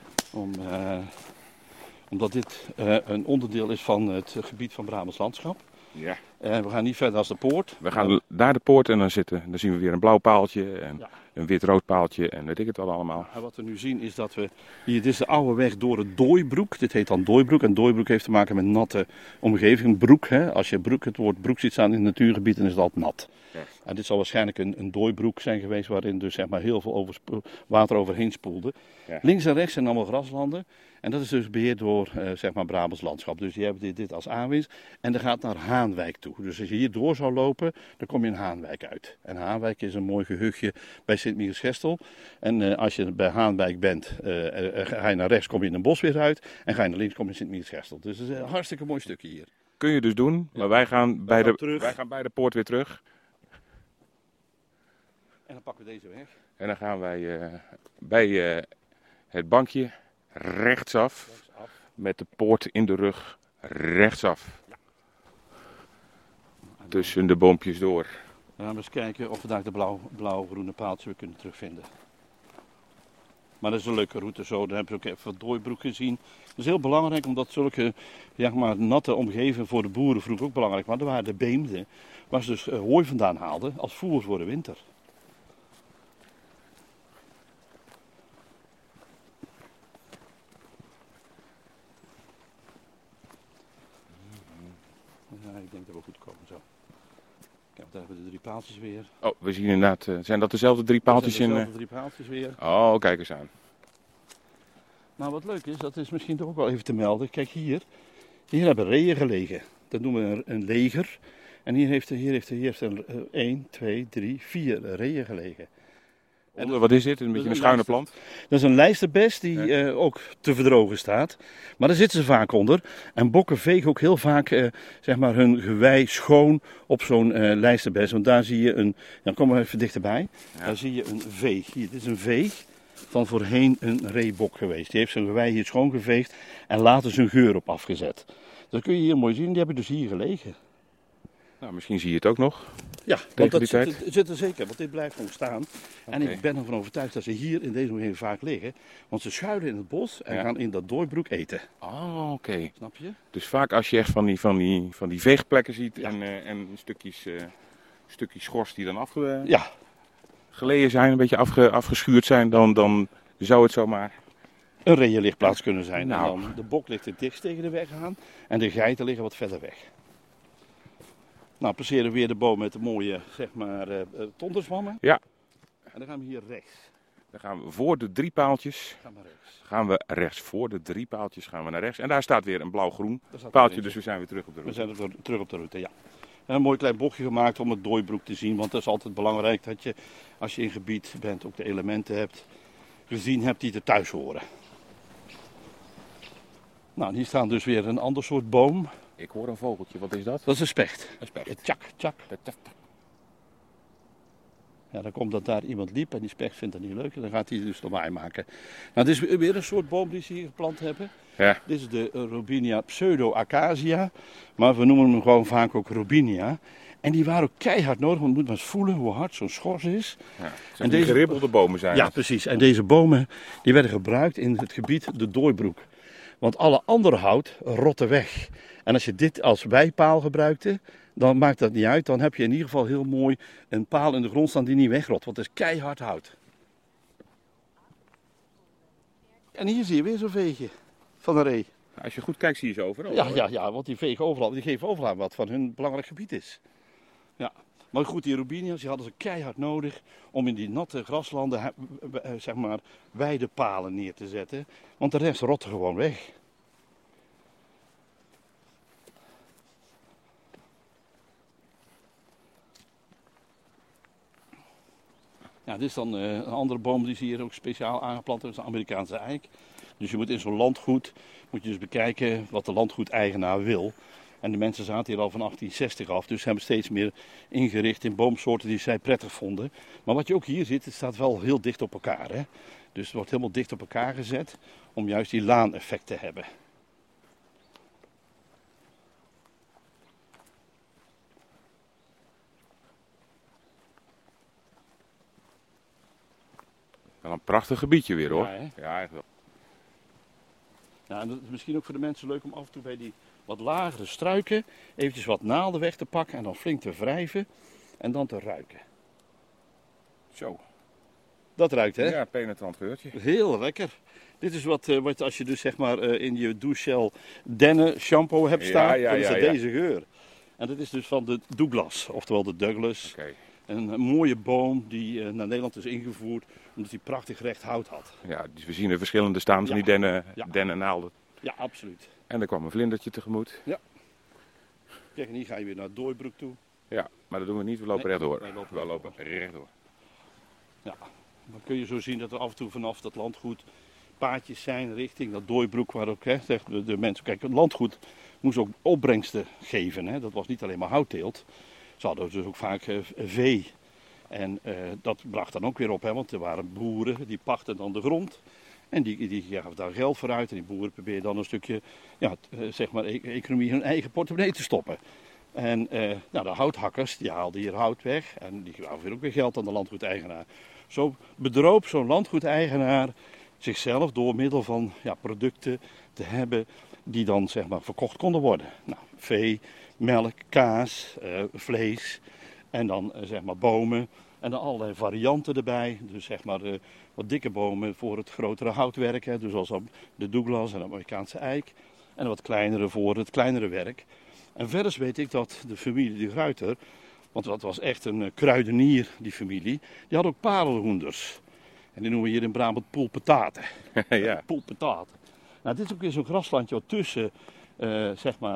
Omdat dit een onderdeel is van het gebied van Brabants Landschap. Ja. We gaan niet verder als de poort. We gaan naar de poort en dan zitten. Dan zien we weer een blauw paaltje en Ja. een wit-rood paaltje en weet ik het wel allemaal. En wat we nu zien is dat we hier, dit is de oude weg door het Dooibroek. Dit heet dan Dooibroek. En Dooibroek heeft te maken met natte omgeving. Broek, hè? Als je broek, het woord broek ziet staan in het natuurgebied, dan is het altijd nat. Ja. En dit zal waarschijnlijk een dooibroek zijn geweest waarin dus zeg maar heel veel water overheen spoelde. Ja. Links en rechts zijn allemaal graslanden. En dat is dus beheerd door zeg maar Brabants Landschap. Dus die hebben dit als aanwinst. En dat gaat naar Haanwijk toe. Dus als je hier door zou lopen, dan kom je in Haanwijk uit. En Haanwijk is een mooi gehuchtje bij Sint-Michielsgestel. En als je bij Haanwijk bent, ga je naar rechts, kom je in een bos weer uit. En ga je naar links, kom je in Sint-Michielsgestel. Dus het is een hartstikke mooi stukje hier. Kun je dus doen, maar wij gaan bij de poort weer terug. En dan pakken we deze weg. En dan gaan wij bij het bankje rechtsaf. Met de poort in de rug rechtsaf. Tussen de boompjes door. Dan gaan we eens kijken of we daar de blauw-groene paaltje weer kunnen terugvinden. Maar dat is een leuke route zo. Dan hebben we ook even Dooibroek gezien. Dat is heel belangrijk omdat zulke natte omgevingen voor de boeren vroeger ook belangrijk waren. Er waren de beemden waar ze dus hooi vandaan haalden als voer voor de winter. Ja, ik denk dat we goed komen zo. Kijk, daar hebben we de 3 paaltjes weer. Oh, we zien inderdaad, zijn dat dezelfde 3 paaltjes in? Dezelfde 3 paaltjes weer. Oh, kijk eens aan. Nou, wat leuk is, dat is misschien toch ook wel even te melden. Kijk hier hebben reeën gelegen. Dat noemen we een leger. En hier heeft er 1, 2, 3, 4 reeën gelegen. Wat is dit? Een beetje een schuine plant? Dat is een lijsterbes die ook te verdrogen staat. Maar daar zitten ze vaak onder. En bokken vegen ook heel vaak zeg maar hun gewei schoon op zo'n lijsterbes. Want daar zie je een... Ja, kom maar even dichterbij. Ja. Daar zie je een veeg. Hier, dit is een veeg van voorheen een reebok geweest. Die heeft zijn gewei hier schoongeveegd en later zijn geur op afgezet. Dat kun je hier mooi zien. Die hebben dus hier gelegen. Nou, misschien zie je het ook nog. Ja, want dat zit er zeker, want dit blijft gewoon staan. En ik ben ervan overtuigd dat ze hier in deze omgeving vaak liggen. Want ze schuilen in het bos en gaan in dat dooibroek eten. Oh, oké. Snap je? Dus vaak als je echt van die veegplekken ziet en stukjes schors die dan afgeleden zijn, een beetje afgeschuurd zijn, dan zou het zomaar een reënlichtplaats kunnen zijn. Nou. En dan, de bok ligt het dichtst tegen de weg aan en de geiten liggen wat verder weg. Nou, passeren we weer de boom met de mooie, zeg maar, tonderswammen. Ja. En dan gaan we hier rechts. Dan gaan we voor de 3 paaltjes. Gaan we rechts. Voor de 3 paaltjes gaan we naar rechts. En daar staat weer een blauw-groen paaltje, dus we zijn weer terug op de route. We zijn terug op de route, ja. En een mooi klein bochtje gemaakt om het dooibroek te zien. Want dat is altijd belangrijk dat je, als je in gebied bent, ook de elementen hebt gezien hebt die er thuis horen. Nou, hier staan dus weer een ander soort boom. Ik hoor een vogeltje, wat is dat? Dat is een specht. Een specht. Tjak, tjak. Ja, dan komt dat daar iemand liep en die specht vindt dat niet leuk en dan gaat hij dus lawaai maken. Nou, dit is weer een soort boom die ze hier geplant hebben. Ja. Dit is de Robinia pseudo-acacia, maar we noemen hem gewoon vaak ook Robinia. En die waren ook keihard nodig, want je moet maar eens voelen hoe hard zo'n schors is. Ja, en deze geribbelde bomen zijn. Ja, precies. En deze bomen die werden gebruikt in het gebied de dooibroek. Want alle andere hout rotte weg. En als je dit als weipaal gebruikte, dan maakt dat niet uit. Dan heb je in ieder geval heel mooi een paal in de grond staan die niet wegrot. Want het is keihard hout. En hier zie je weer zo'n veegje van een ree. Als je goed kijkt zie je ze overal. Ja, want die vegen overal, die geven overal wat van hun belangrijk gebied is. Ja. Maar goed, die Robinia's die hadden ze keihard nodig om in die natte graslanden, zeg maar, weidepalen neer te zetten. Want de rest rotte gewoon weg. Ja, dit is dan een andere boom die is hier ook speciaal aangeplant. Dat is de Amerikaanse eik. Dus je moet in zo'n landgoed moet je dus bekijken wat de landgoedeigenaar wil. En de mensen zaten hier al van 1860 af, dus ze hebben steeds meer ingericht in boomsoorten die zij prettig vonden. Maar wat je ook hier ziet, het staat wel heel dicht op elkaar. Hè? Dus het wordt helemaal dicht op elkaar gezet om juist die laaneffect te hebben. Wel een prachtig gebiedje weer hoor. Ja, ja, echt wel. Ja, en dat is misschien ook voor de mensen leuk om af en toe bij die wat lagere struiken eventjes wat naalden weg te pakken en dan flink te wrijven en dan te ruiken. Zo. Dat ruikt hè? Ja, penetrant geurtje. Heel lekker. Dit is wat als je dus zeg maar in je douchegel dennen shampoo hebt staan, dan is dat deze geur. En dit is dus van de Douglas, oftewel de Douglas. Okay. Een mooie boom die naar Nederland is ingevoerd omdat hij prachtig recht hout had. Ja, dus we zien er verschillende staan van die dennennaalden. Ja, absoluut. En er kwam een vlindertje tegemoet. Ja. Kijk, en hier ga je weer naar het dooibroek toe. Ja, maar dat doen we niet, we lopen rechtdoor. We lopen rechtdoor. Ja, dan kun je zo zien dat er af en toe vanaf dat landgoed paadjes zijn richting dat dooibroek waar ook de mensen... Kijk, het landgoed moest ook opbrengsten geven. Hè? Dat was niet alleen maar houtteelt. Ze hadden dus ook vaak vee. En dat bracht dan ook weer op, hè? Want er waren boeren die pachten dan de grond. En die gaven daar geld voor uit. En die boeren probeerden dan een stukje, zeg maar, economie in hun eigen portemonnee te stoppen. En de houthakkers, die haalden hier hout weg. En die gaven weer ook weer geld aan de landgoedeigenaar. Zo bedroop zo'n landgoedeigenaar zichzelf door middel van producten te hebben die dan, zeg maar, verkocht konden worden. Nou, vee, melk, kaas, vlees en dan, zeg maar, bomen. En dan allerlei varianten erbij. Dus zeg maar wat dikke bomen voor het grotere houtwerk. Hè. Dus zoals de Douglas en de Amerikaanse eik. En wat kleinere voor het kleinere werk. En verder weet ik dat de familie de Gruyter, want dat was echt een kruidenier, die familie. Die had ook parelhoenders. En die noemen we hier in Brabant poelpetaten. Ja. Poelpetaten. Nou, dit is ook weer zo'n graslandje wat tussen, zeg maar...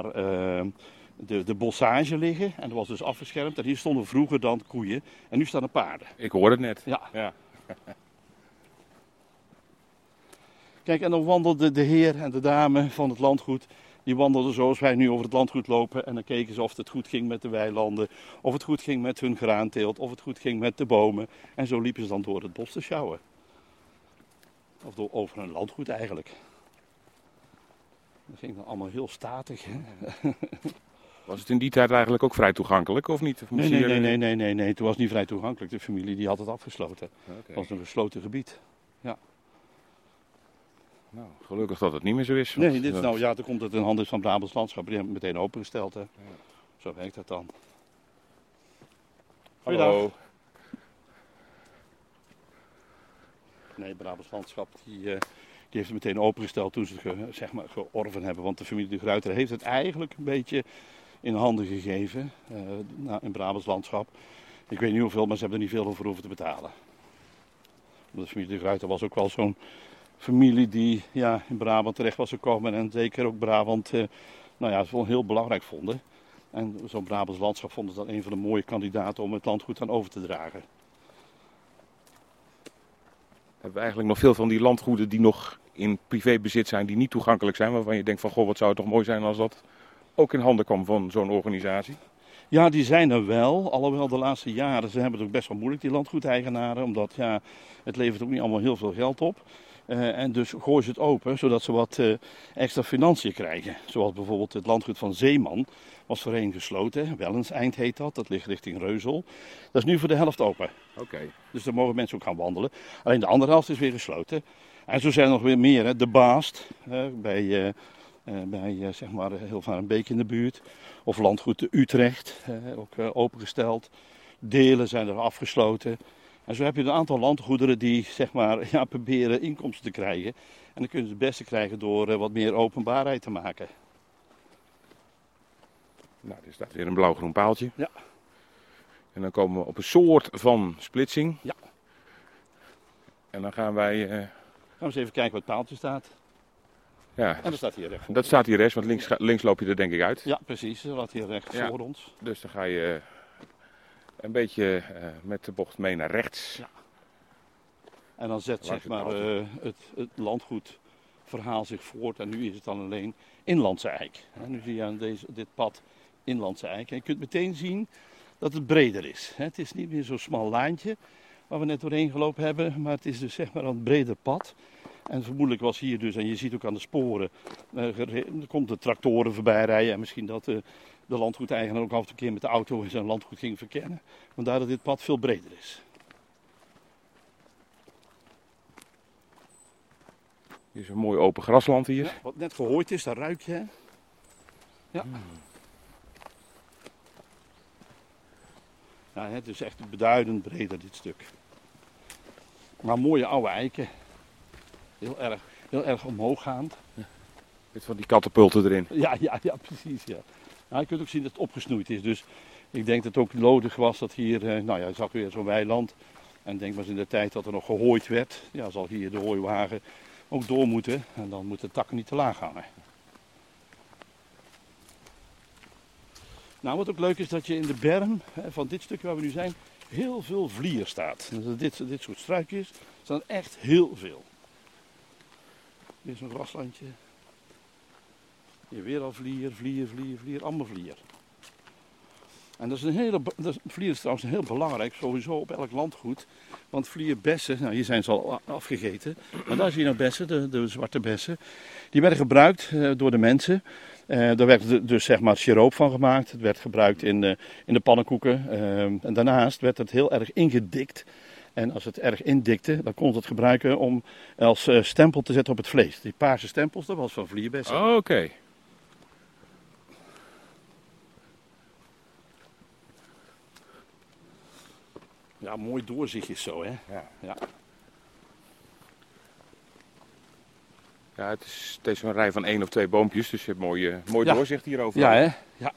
de bossage liggen. En dat was dus afgeschermd. En hier stonden vroeger dan koeien. En nu staan er paarden. Ik hoorde het net. Ja. Kijk, en dan wandelde de heer en de dame van het landgoed. Die wandelden zoals wij nu over het landgoed lopen. En dan keken ze of het goed ging met de weilanden. Of het goed ging met hun graanteelt. Of het goed ging met de bomen. En zo liepen ze dan door het bos te sjouwen. Of over hun landgoed eigenlijk. Dat ging dan allemaal heel statig. Hè? Was het in die tijd eigenlijk ook vrij toegankelijk, of niet? Of Nee. Toen was het niet vrij toegankelijk. De familie die had het afgesloten. Okay. Het was een gesloten gebied. Ja. Nou, gelukkig dat het niet meer zo is. Nee, dit is nou, ja, dan komt het in handen van Brabants Landschap. Die hebben het meteen opengesteld. Hè. Ja. Zo werkt dat dan. Hallo. Nee, Brabants Landschap die heeft het meteen opengesteld toen ze het zeg maar, georven hebben. Want de familie De Gruyter heeft het eigenlijk een beetje in handen gegeven in Brabants Landschap. Ik weet niet hoeveel, maar ze hebben er niet veel over hoeven te betalen. De familie De Gruyter was ook wel zo'n familie die ja, in Brabant terecht was gekomen en zeker ook Brabant wel heel belangrijk vonden. En zo'n Brabants Landschap vonden ze dan een van de mooie kandidaten om het landgoed aan over te dragen. Hebben we eigenlijk nog veel van die landgoeden die nog in privébezit zijn, die niet toegankelijk zijn, waarvan je denkt van goh, wat zou het toch mooi zijn als dat ook in handen kwam van zo'n organisatie? Ja, die zijn er wel. Alhoewel de laatste jaren, ze hebben het ook best wel moeilijk, die landgoedeigenaren. Omdat ja, het levert ook niet allemaal heel veel geld op. En dus gooien ze het open, zodat ze wat extra financiën krijgen. Zoals bijvoorbeeld het landgoed van Zeeman was voorheen gesloten. Wellenseind heet dat, dat ligt richting Reuzel. Dat is nu voor de helft open. Okay. Dus daar mogen mensen ook gaan wandelen. Alleen de andere helft is weer gesloten. En zo zijn er nog weer meer. Hè. De Baast, bij zeg maar Hilvarenbeek in de buurt. Of landgoed de Utrecht, ook opengesteld. Delen zijn er afgesloten. En zo heb je een aantal landgoederen die zeg maar, ja, proberen inkomsten te krijgen. En dan kun je het beste krijgen door wat meer openbaarheid te maken. Nou, er staat weer een blauw-groen paaltje. Ja. En dan komen we op een soort van splitsing. Ja. En dan gaan wij... Gaan we eens even kijken wat het paaltje staat. Ja. En dat staat hier recht voor. Dat staat hier rechts, want links loop je er denk ik uit. Ja, precies. Dat staat hier recht voor ons. Dus dan ga je een beetje met de bocht mee naar rechts. Ja. En dan zet zeg maar, het landgoedverhaal zich voort. En nu is het dan alleen Inlandse Eik. En nu zie je aan dit pad Inlandse Eik. En je kunt meteen zien dat het breder is. Het is niet meer zo'n smal laantje waar we net doorheen gelopen hebben. Maar het is dus zeg maar een breder pad. En vermoedelijk was hier dus, en je ziet ook aan de sporen, er komt de tractoren voorbij rijden. En misschien dat de landgoedeigenaar ook af en toe een keer met de auto zijn landgoed ging verkennen. Vandaar dat dit pad veel breder is. Hier is een mooi open grasland hier. Ja, wat net gehooid is, dat ruik je. Hè? Ja. Ja, het is echt beduidend breder dit stuk. Maar mooie oude eiken. Heel erg omhooggaand. Met van die katapulten erin. Ja, precies. Ja. Nou, je kunt ook zien dat het opgesnoeid is. Dus ik denk dat het ook nodig was dat hier, je zag weer zo'n weiland. En denk maar eens in de tijd dat er nog gehooid werd. Ja, zal hier de hooiwagen ook door moeten. En dan moeten de takken niet te laag hangen. Nou, wat ook leuk is dat je in de berm van dit stukje waar we nu zijn, heel veel vlier staat. Dus dit soort struikjes staan echt heel veel. Hier is een graslandje. Hier weer al vlier, allemaal vlier. En vlier is trouwens heel belangrijk, sowieso op elk landgoed. Want vlierbessen, nou hier zijn ze al afgegeten. Maar daar zie je nog bessen, de zwarte bessen. Die werden gebruikt door de mensen. Daar werd dus zeg maar siroop van gemaakt. Het werd gebruikt in de pannenkoeken. En daarnaast werd het heel erg ingedikt. En als het erg indikte, dan kon ze het gebruiken om als stempel te zetten op het vlees. Die paarse stempels, dat was van vlierbessen. Oh, oké. Ja, mooi doorzichtjes zo, hè? Ja. Ja, het is steeds een rij van 1 of 2 boompjes, dus je hebt mooi doorzicht hierover. Ja, hè? Ja.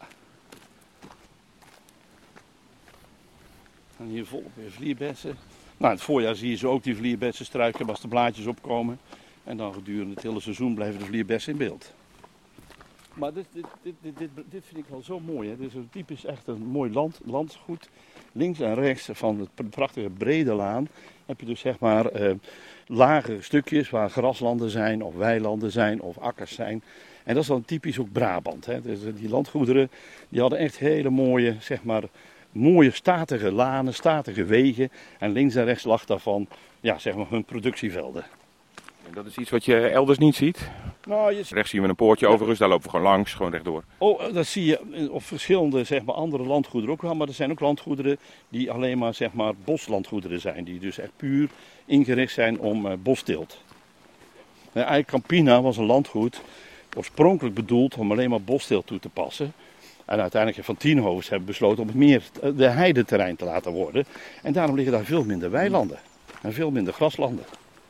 En hier volop weer vlierbessen. Nou, in het voorjaar zie je ze ook, die vlierbessenstruiken, als de blaadjes opkomen. En dan gedurende het hele seizoen blijven de vlierbessen in beeld. Maar dit vind ik wel zo mooi. Hè. Dit is een typisch echt een mooi landgoed. Links en rechts van het prachtige brede laan heb je dus zeg maar lage stukjes waar grasland zijn of weilanden zijn of akkers zijn. En dat is dan typisch ook Brabant. Hè. Dus die landgoederen die hadden echt hele mooie, zeg maar, mooie statige lanen, statige wegen. En links en rechts lag daarvan ja, zeg maar hun productievelden. En dat is iets wat je elders niet ziet. Nou, Rechts zien we een poortje overigens, daar lopen we gewoon langs, gewoon rechtdoor. Oh, dat zie je op verschillende zeg maar, andere landgoederen ook wel. Maar er zijn ook landgoederen die alleen maar, zeg maar boslandgoederen zijn. Die dus echt puur ingericht zijn om bosteelt. Eigenlijk Campina was een landgoed oorspronkelijk bedoeld om alleen maar bosteelt toe te passen. En uiteindelijk Van Tienhoofs hebben besloten om het meer de heideterrein te laten worden. En daarom liggen daar veel minder weilanden en veel minder graslanden.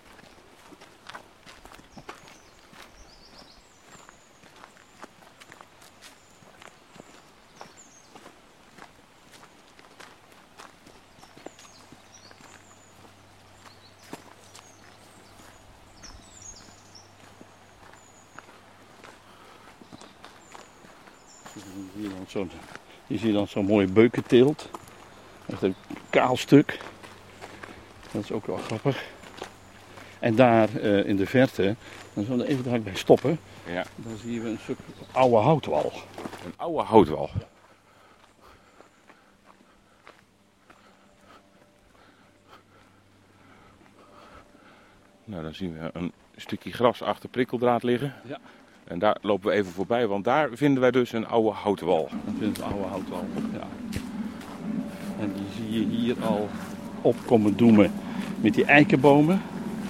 Hier zie je dan zo'n mooie beukenteelt. Echt een kaal stuk. Dat is ook wel grappig. En daar in de verte, dan zullen we even daar bij stoppen. Ja. Dan zien we een stuk oude houtwal. Een oude houtwal. Nou, dan zien we een stukje gras achter prikkeldraad liggen. Ja. En daar lopen we even voorbij, want daar vinden wij dus een oude houtwal. Dat is een oude houtwal, ja. En die zie je hier al opkomen doemen met die eikenbomen.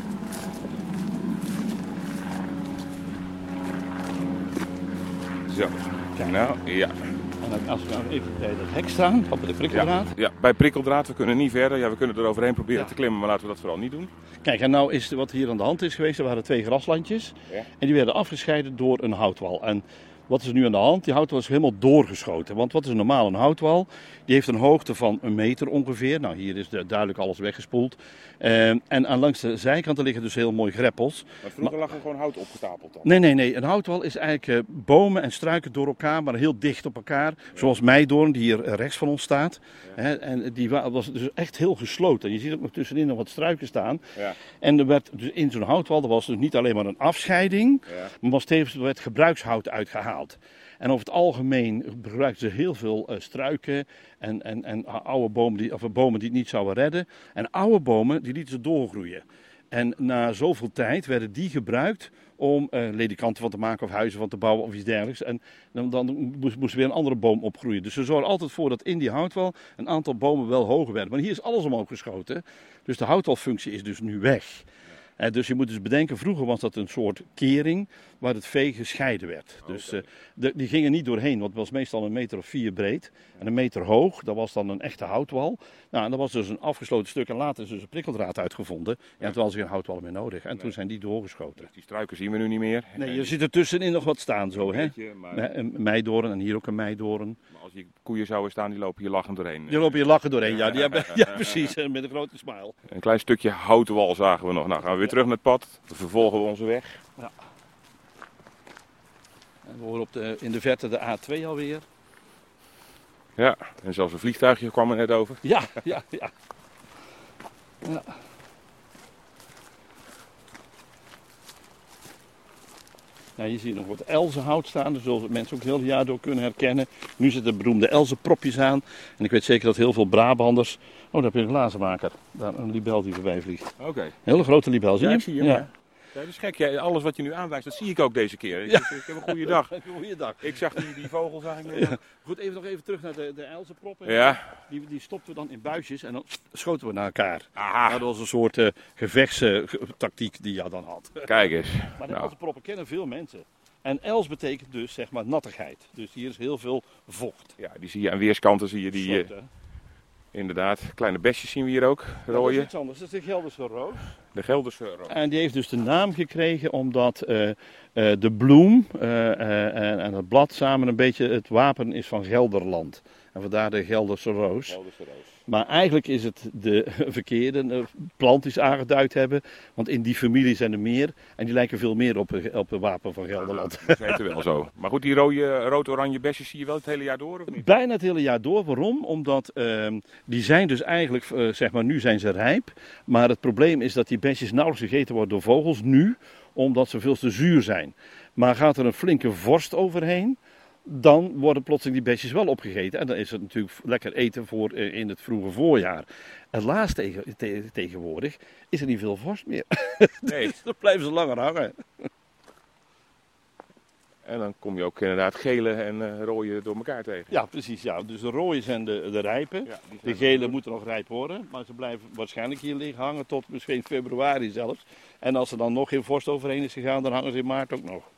Zo, nou ja. En als we nou even bij dat hek staan, op de prikkeldraad. Ja, bij prikkeldraad, we kunnen niet verder. Ja, we kunnen er overheen proberen te klimmen, maar laten we dat vooral niet doen. Kijk, en nou is wat hier aan de hand is geweest, er waren 2 graslandjes. Ja. En die werden afgescheiden door een houtwal. En wat is er nu aan de hand? Die houtwal is helemaal doorgeschoten. Want wat is normaal een houtwal? Die heeft een hoogte van 1 meter ongeveer. Nou, hier is duidelijk alles weggespoeld. En aan langs de zijkanten liggen dus heel mooi greppels. Maar vroeger lag er gewoon hout opgestapeld dan? Nee. Een houtwal is eigenlijk bomen en struiken door elkaar, maar heel dicht op elkaar. Ja. Zoals meidoorn, die hier rechts van ons staat. Ja. En die was dus echt heel gesloten. Je ziet ook nog tussenin nog wat struiken staan. Ja. En er werd dus in zo'n houtwal, er was dus niet alleen maar een afscheiding, maar was tevens er werd gebruikshout uitgehaald. En over het algemeen gebruikten ze heel veel struiken en oude bomen bomen die het niet zouden redden. En oude bomen die lieten ze doorgroeien. En na zoveel tijd werden die gebruikt om ledikanten van te maken of huizen van te bouwen of iets dergelijks. En dan moest weer een andere boom opgroeien. Dus ze zorgen altijd voor dat in die houtwal een aantal bomen wel hoger werden. Maar hier is alles omhoog geschoten. Dus de houtwalfunctie is dus nu weg. Dus je moet dus bedenken, vroeger was dat een soort kering waar het vee gescheiden werd. Okay. Dus die gingen niet doorheen, want het was meestal 1 meter of 4 breed en 1 meter hoog. Dat was dan een echte houtwal. Nou, en dat was dus een afgesloten stuk en later is dus een prikkeldraad uitgevonden. Ja, en toen was er geen houtwal meer nodig en toen zijn die doorgeschoten. Dus die struiken zien we nu niet meer. Nee, je ziet er tussenin nog wat staan zo, hè. Een meidoorn en hier ook een meidoorn. Maar als hier koeien zouden staan, die lopen hier lachend doorheen. Die lopen hier lachend doorheen, ja. Die hebben, ja, precies, met een grote smile. Een klein stukje houtwal zagen we nog. Nou, gaan we weer terug naar het pad. Dan vervolgen we onze weg. Ja. En we horen in de verte de A2 alweer. Ja, en zelfs een vliegtuigje kwam er net over. Ja. Ja, hier zie je nog wat elzenhout staan, daar zullen mensen ook heel het jaar door kunnen herkennen. Nu zitten de beroemde elzenpropjes aan. En ik weet zeker dat heel veel Brabanders... Oh, daar heb je een glazenmaker. Daar een libel die voorbij vliegt. Oké. Een hele grote libel, zie je? Ja, ik zie je. Ja. Ja, dat is gek. Ja, alles wat je nu aanwijst, dat zie ik ook deze keer. Ja. Ik heb een goede dag. Ik zag die vogels eigenlijk. Ja. Goed, nog even terug naar de elzenproppen. Ja. Die stopten we dan in buisjes en dan schoten we naar elkaar. Aha. Dat was een soort gevechtstactiek die je dan had. Kijk eens. Maar de elzenproppen kennen veel mensen. En els betekent dus zeg maar nattigheid. Dus hier is heel veel vocht. Ja, die zie je aan weerskanten zie je die. Inderdaad, kleine besjes zien we hier ook, rode. Dat is iets anders, dat is de Gelderse roos. De Gelderse roos. En die heeft dus de naam gekregen omdat de bloem en het blad samen een beetje het wapen is van Gelderland. En En vandaar de Gelderse roos. Gelderse roos. Maar eigenlijk is het de verkeerde plant die ze aangeduid hebben. Want in die familie zijn er meer. En die lijken veel meer op het wapen van Gelderland. Dat weten we wel zo. Maar goed, die rood-oranje besjes zie je wel het hele jaar door, of niet? Bijna het hele jaar door. Waarom? Omdat die zijn dus eigenlijk, zeg maar, nu zijn ze rijp. Maar het probleem is dat die besjes nauwelijks gegeten worden door vogels nu. Omdat ze veel te zuur zijn. Maar gaat er een flinke vorst overheen, dan worden plotseling die besjes wel opgegeten. En dan is het natuurlijk lekker eten voor in het vroege voorjaar. Helaas tegenwoordig is er niet veel vorst meer. Nee. Dus dan blijven ze langer hangen. En dan kom je ook inderdaad gele en rode door elkaar tegen. Ja, precies. Ja. Dus de rode zijn de rijpe. Ja, die De zijn gele moeten nog rijp worden. Maar ze blijven waarschijnlijk hier liggen hangen tot misschien februari zelfs. En als er dan nog geen vorst overheen is gegaan, dan hangen ze in maart ook nog.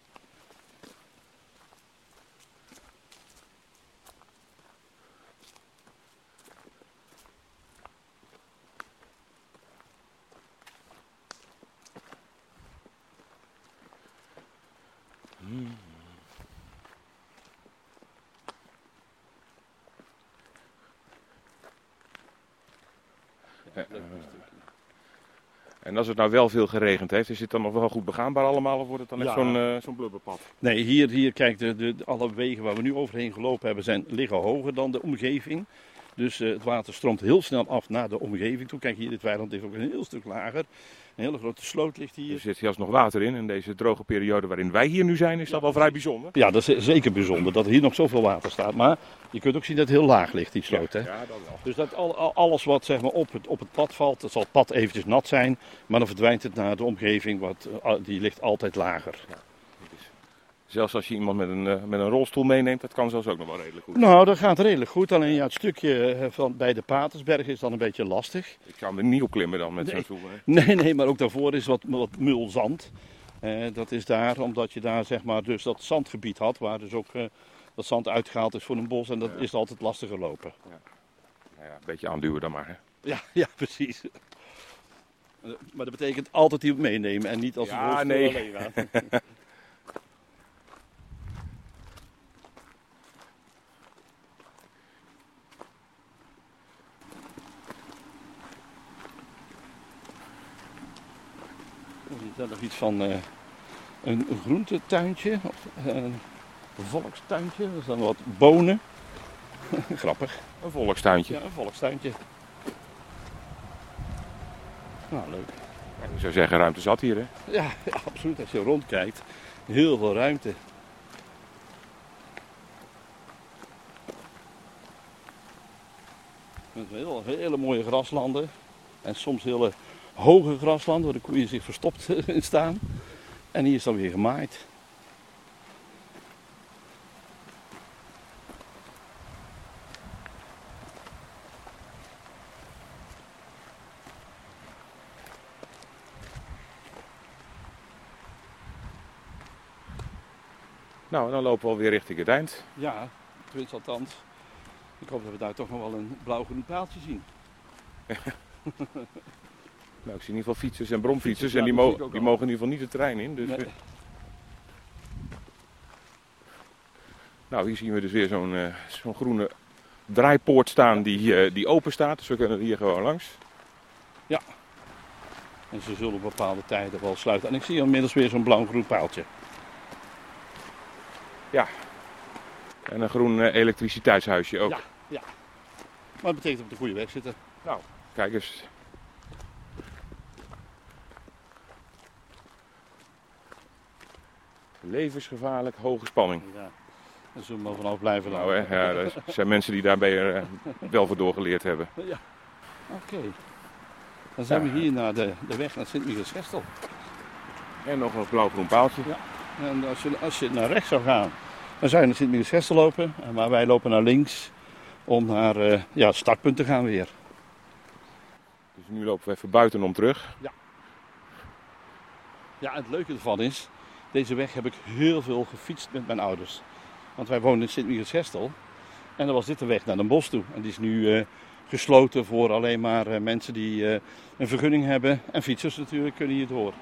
En als het nou wel veel geregend heeft, is het dan nog wel goed begaanbaar allemaal? Of wordt het dan echt zo'n blubberpad? Nee, hier kijk, alle wegen waar we nu overheen gelopen hebben liggen hoger dan de omgeving. Dus het water stroomt heel snel af naar de omgeving toe. Kijk, hier dit weiland is ook een heel stuk lager. Een hele grote sloot ligt hier. Er zit zelfs nog water in deze droge periode waarin wij hier nu zijn, is dat wel vrij bijzonder. Ja, dat is zeker bijzonder dat er hier nog zoveel water staat. Maar je kunt ook zien dat het heel laag ligt, die sloot. Hè? Ja, dat wel. Dus dat alles wat zeg maar, op het pad valt, dat zal het pad eventjes nat zijn. Maar dan verdwijnt het naar de omgeving, die ligt altijd lager. Ja. Zelfs als je iemand met een rolstoel meeneemt, dat kan zelfs ook nog wel redelijk goed. Nou, dat gaat redelijk goed. Alleen ja, het stukje bij de Patersberg is dan een beetje lastig. Ik kan er niet op klimmen dan met zo'n stoel. Hè? Nee, maar ook daarvoor is wat mulzand. Dat is daar omdat je daar zeg maar dus dat zandgebied had, waar dus ook dat zand uitgehaald is voor een bos. En dat is altijd lastiger lopen. Ja. Nou ja, een beetje aanduwen dan maar. Hè? Ja, precies. Maar dat betekent altijd iemand meenemen en niet als een rolstoel alleen gaan. Er is nog iets van een groentetuintje, of een volkstuintje, er staan wat bonen. Grappig. Een volkstuintje. Ja, een volkstuintje. Nou, leuk. Ja, ik zou zeggen, ruimte zat hier, hè? Ja, absoluut. Als je rondkijkt, heel veel ruimte. Met hele mooie graslanden. En soms hele hoge graslanden waar de koeien zich verstopt in staan. En hier is dan weer gemaaid. Nou, dan lopen we alweer richting het eind. Ja, tenminste althans. Ik hoop dat we daar toch nog wel een blauw-groen paaltje zien. Nou, ik zie in ieder geval fietsers en bromfietsers. Ja, En die dat zie ik ook mogen al. in ieder geval niet het terrein in. Dus, Nee. Nou, hier zien we dus weer zo'n groene draaipoort staan die open staat. Dus we kunnen hier gewoon langs. En ze zullen op bepaalde tijden wel sluiten. En ik zie inmiddels weer zo'n blauw-groen paaltje. En een groen elektriciteitshuisje ook. Ja. Maar het betekent dat we op de goede weg zitten. Nou, kijk eens. Levensgevaarlijk, hoge spanning. Ja. Daar zullen we maar vanaf blijven Nou, lopen. hè, ja, dat zijn mensen die daarbij wel voor doorgeleerd hebben. Ja. Oké. Dan zijn we hier naar de weg naar Sint-Michiels-Gestel. En nog een blauw-groen paaltje. Ja. En als je naar rechts zou gaan, dan zou je naar Sint-Michiels-Gestel lopen. Maar wij lopen naar links om naar het startpunt te gaan weer. Dus nu lopen we even buitenom terug. Ja, en het leuke ervan is, deze weg heb ik heel veel gefietst met mijn ouders. Want wij woonden in Sint-Michiels-Gestel en dan was dit de weg naar Den Bosch toe. En die is nu gesloten voor alleen maar mensen die een vergunning hebben. En fietsers natuurlijk kunnen hier door.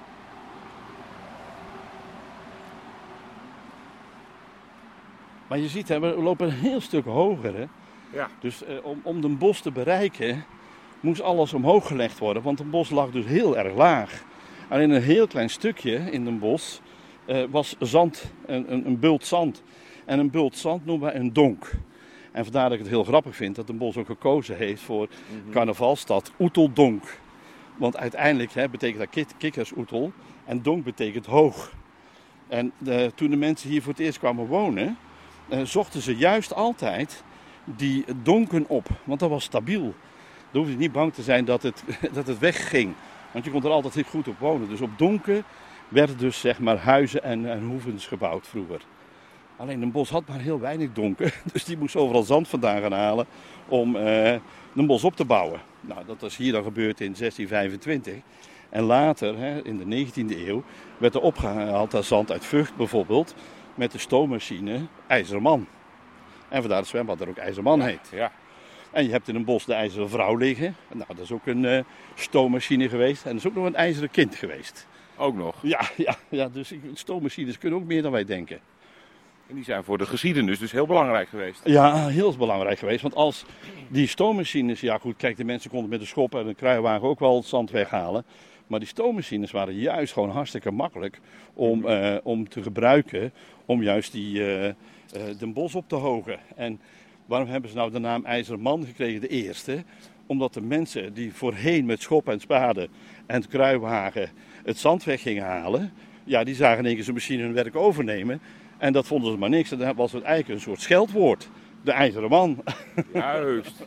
Maar je ziet, hè, we lopen een heel stuk hoger. Hè? Ja. Dus om Den Bosch te bereiken moest alles omhoog gelegd worden, want Den Bosch lag dus heel erg laag. Alleen een heel klein stukje in Den Bosch was zand, een bult zand. En een bult zand noemen wij een donk. En vandaar dat ik het heel grappig vind dat Den Bosch ook gekozen heeft voor carnavalstad Oeteldonk. Want uiteindelijk betekent dat kikkersoetel en donk betekent hoog. En toen de mensen hier voor het eerst kwamen wonen, zochten ze juist altijd die donken op. Want dat was stabiel. Dan hoefde je niet bang te zijn dat het wegging. Want je kon er altijd heel goed op wonen. Dus op donken werden dus zeg maar huizen en hoevens gebouwd vroeger. Alleen Den Bosch had maar heel weinig donken. Dus die moest overal zand vandaan gaan halen om Den Bosch op te bouwen. Nou, dat is hier dan gebeurd in 1625. En later, in de 19e eeuw, werd er opgehaald dat zand uit Vught bijvoorbeeld met de stoommachine IJzerman. En vandaar het zwembad er ook IJzerman heet. Ja. En je hebt in Den Bosch de IJzeren Vrouw liggen. Nou, dat is ook een stoommachine geweest. En er is ook nog een IJzeren Kind geweest. Ook nog. Ja, dus stoommachines kunnen ook meer dan wij denken. En die zijn voor de geschiedenis dus heel belangrijk geweest. Ja, heel belangrijk geweest. Want als die stoommachines... Ja goed, kijk, de mensen konden met een schop en een kruiwagen ook wel het zand weghalen. Maar die stoommachines waren juist gewoon hartstikke makkelijk om te gebruiken. Om juist Den Bosch op te hogen. En waarom hebben ze nou de naam IJzeren Man gekregen, de eerste? Omdat de mensen die voorheen met schop en spade en kruiwagen het zand weg gingen halen... Ja, die zagen in één keer zo'n machine hun werk overnemen. En dat vonden ze maar niks. En dan was het eigenlijk een soort scheldwoord. De IJzeren Man. Juist.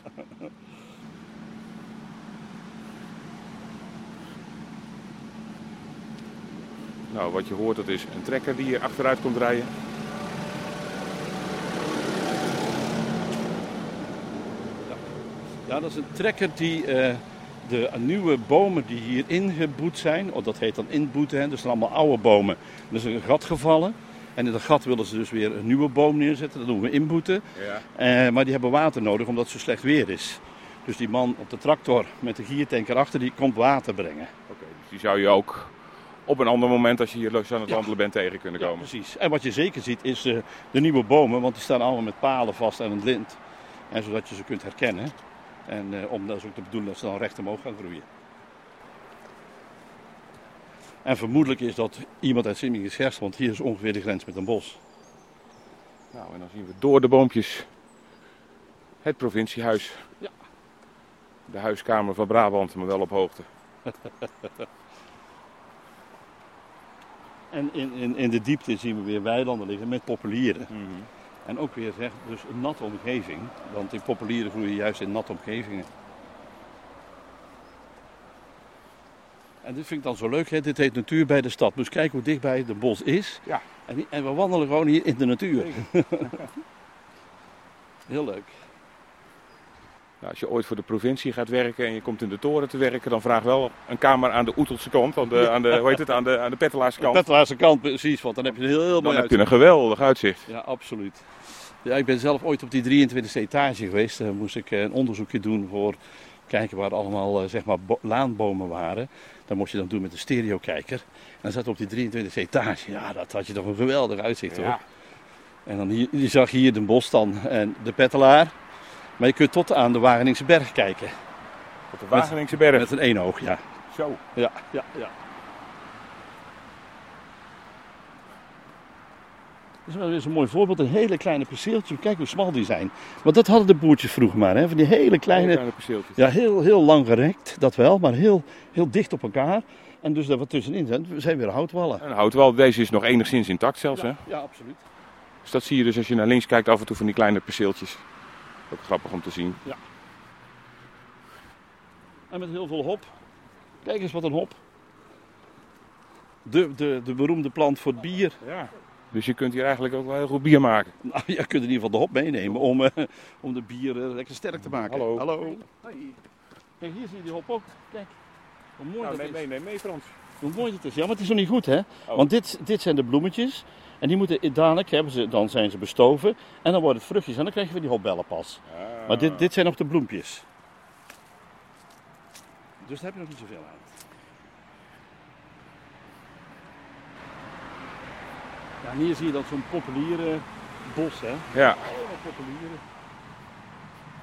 Nou, wat je hoort, dat is een trekker die hier achteruit komt rijden. Ja, dat is een trekker die de nieuwe bomen die hier ingeboet zijn, dat heet dan inboeten, hè, dus zijn allemaal oude bomen. Er is een gat gevallen en in dat gat willen ze dus weer een nieuwe boom neerzetten, dat doen we inboeten. Ja. Maar die hebben water nodig omdat het zo slecht weer is. Dus die man op de tractor met de giertanker achter, die komt water brengen. Oké, dus die zou je ook op een ander moment als je hier los aan het wandelen bent tegen kunnen komen. Ja, precies. En wat je zeker ziet is de nieuwe bomen, want die staan allemaal met palen vast aan een lint. En zodat je ze kunt herkennen. En om dat is ook te bedoelen dat ze dan recht omhoog gaan groeien. En vermoedelijk is dat iemand uit Sint-Michiels, want hier is ongeveer de grens met Den Bosch. Nou, en dan zien we door de boompjes het provinciehuis. Ja. De huiskamer van Brabant, maar wel op hoogte. En in de diepte zien we weer weilanden liggen met populieren. Mm-hmm. En ook weer dus een natte omgeving, want die populieren groeien juist in natte omgevingen. En dit vind ik dan zo leuk, hè? Dit heet Natuur bij de Stad. Dus kijk hoe dichtbij Den Bosch is. Ja. En we wandelen gewoon hier in de natuur. Heel leuk. Nou, als je ooit voor de provincie gaat werken en je komt in de toren te werken, dan vraag wel een kamer aan de Oetelse kant, aan de Pettelaarse kant. De Pettelaarse kant, precies, want dan heb je een heel mooi Dan heb uitzicht. je een geweldig uitzicht. Ja, absoluut. Ja, ik ben zelf ooit op die 23e etage geweest. Daar moest ik een onderzoekje doen voor kijken waar allemaal zeg maar laanbomen waren. Dat moest je dan doen met een stereokijker. En dan zat op die 23e etage. Ja, dat had je toch een geweldig uitzicht hoor. Ja. En dan je zag hier Den Bosch dan en de Pettelaar. Maar je kunt tot aan de Wageningse berg kijken. Op de Wageningse berg. Met een eenoog, ja. Zo. Ja. Dat is wel weer zo'n mooi voorbeeld. Een hele kleine perceeltje. Kijk hoe smal die zijn. Want dat hadden de boertjes vroeger maar. Hè? Van die hele kleine perceeltjes. ja, heel lang gerekt. Dat wel. Maar heel dicht op elkaar. En dus daar wat tussenin zijn weer houtwallen. En houtwal, deze is nog enigszins intact zelfs. Hè? Ja, absoluut. Dus dat zie je dus als je naar links kijkt af en toe van die kleine perceeltjes. Ook grappig om te zien. Ja. En met heel veel hop. Kijk eens wat een hop. De beroemde plant voor het bier. Ja. Dus je kunt hier eigenlijk ook wel heel goed bier maken. Nou, je kunt in ieder geval de hop meenemen om de bier lekker sterk te maken. Hallo. Hoi. Kijk, hier zie je die hop ook. Kijk. Hoe mooi Nou, dat is. nee, Frans. Hoe mooi het is. Ja, maar het is nog niet goed, hè? Oh. Want dit zijn de bloemetjes. En die moeten dadelijk, dan zijn ze bestoven. En dan worden het vruchtjes. En dan krijg je weer die hopbellen pas. Ah. Maar dit zijn nog de bloempjes. Dus daar heb je nog niet zoveel aan. Ja, en hier zie je dan zo'n populierenbos, hè? Ja. Allemaal populieren.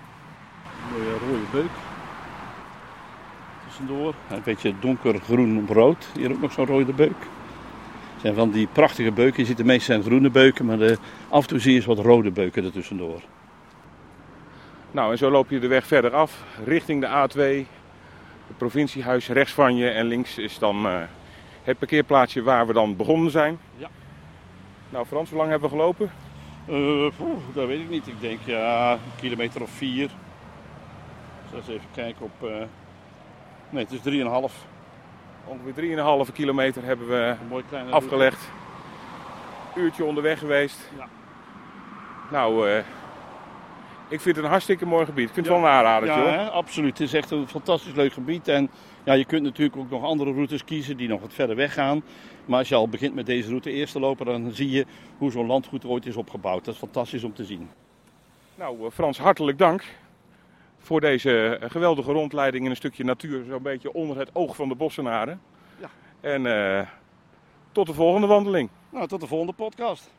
Mooie rode beuk. Tussendoor. Een beetje donkergroen op rood. Hier ook nog zo'n rode beuk. Het zijn van die prachtige beuken. Je ziet de meeste zijn groene beuken, maar af en toe zie je eens wat rode beuken ertussendoor. Nou, en zo loop je de weg verder af, richting de A2. Het provinciehuis rechts van je en links is dan het parkeerplaatsje waar we dan begonnen zijn. Ja. Nou Frans, hoe lang hebben we gelopen? Dat weet ik niet. Ik denk ja, een kilometer of 4. Ik zal eens even kijken op... Nee, het is 3,5. Ongeveer 3,5 kilometer hebben we Een mooi kleine afgelegd. Uurtje onderweg geweest. Ja. Nou, ik vind het een hartstikke mooi gebied. Ik vind het wel een aanradertje hoor. Ja, hè, absoluut. Het is echt een fantastisch leuk gebied. En ja, je kunt natuurlijk ook nog andere routes kiezen die nog wat verder weg gaan. Maar als je al begint met deze route eerst te lopen, dan zie je hoe zo'n landgoed ooit is opgebouwd. Dat is fantastisch om te zien. Nou Frans, hartelijk dank voor deze geweldige rondleiding in een stukje natuur. Zo'n beetje onder het oog van de Bossenaren. Ja. En tot de volgende wandeling. Nou, tot de volgende podcast.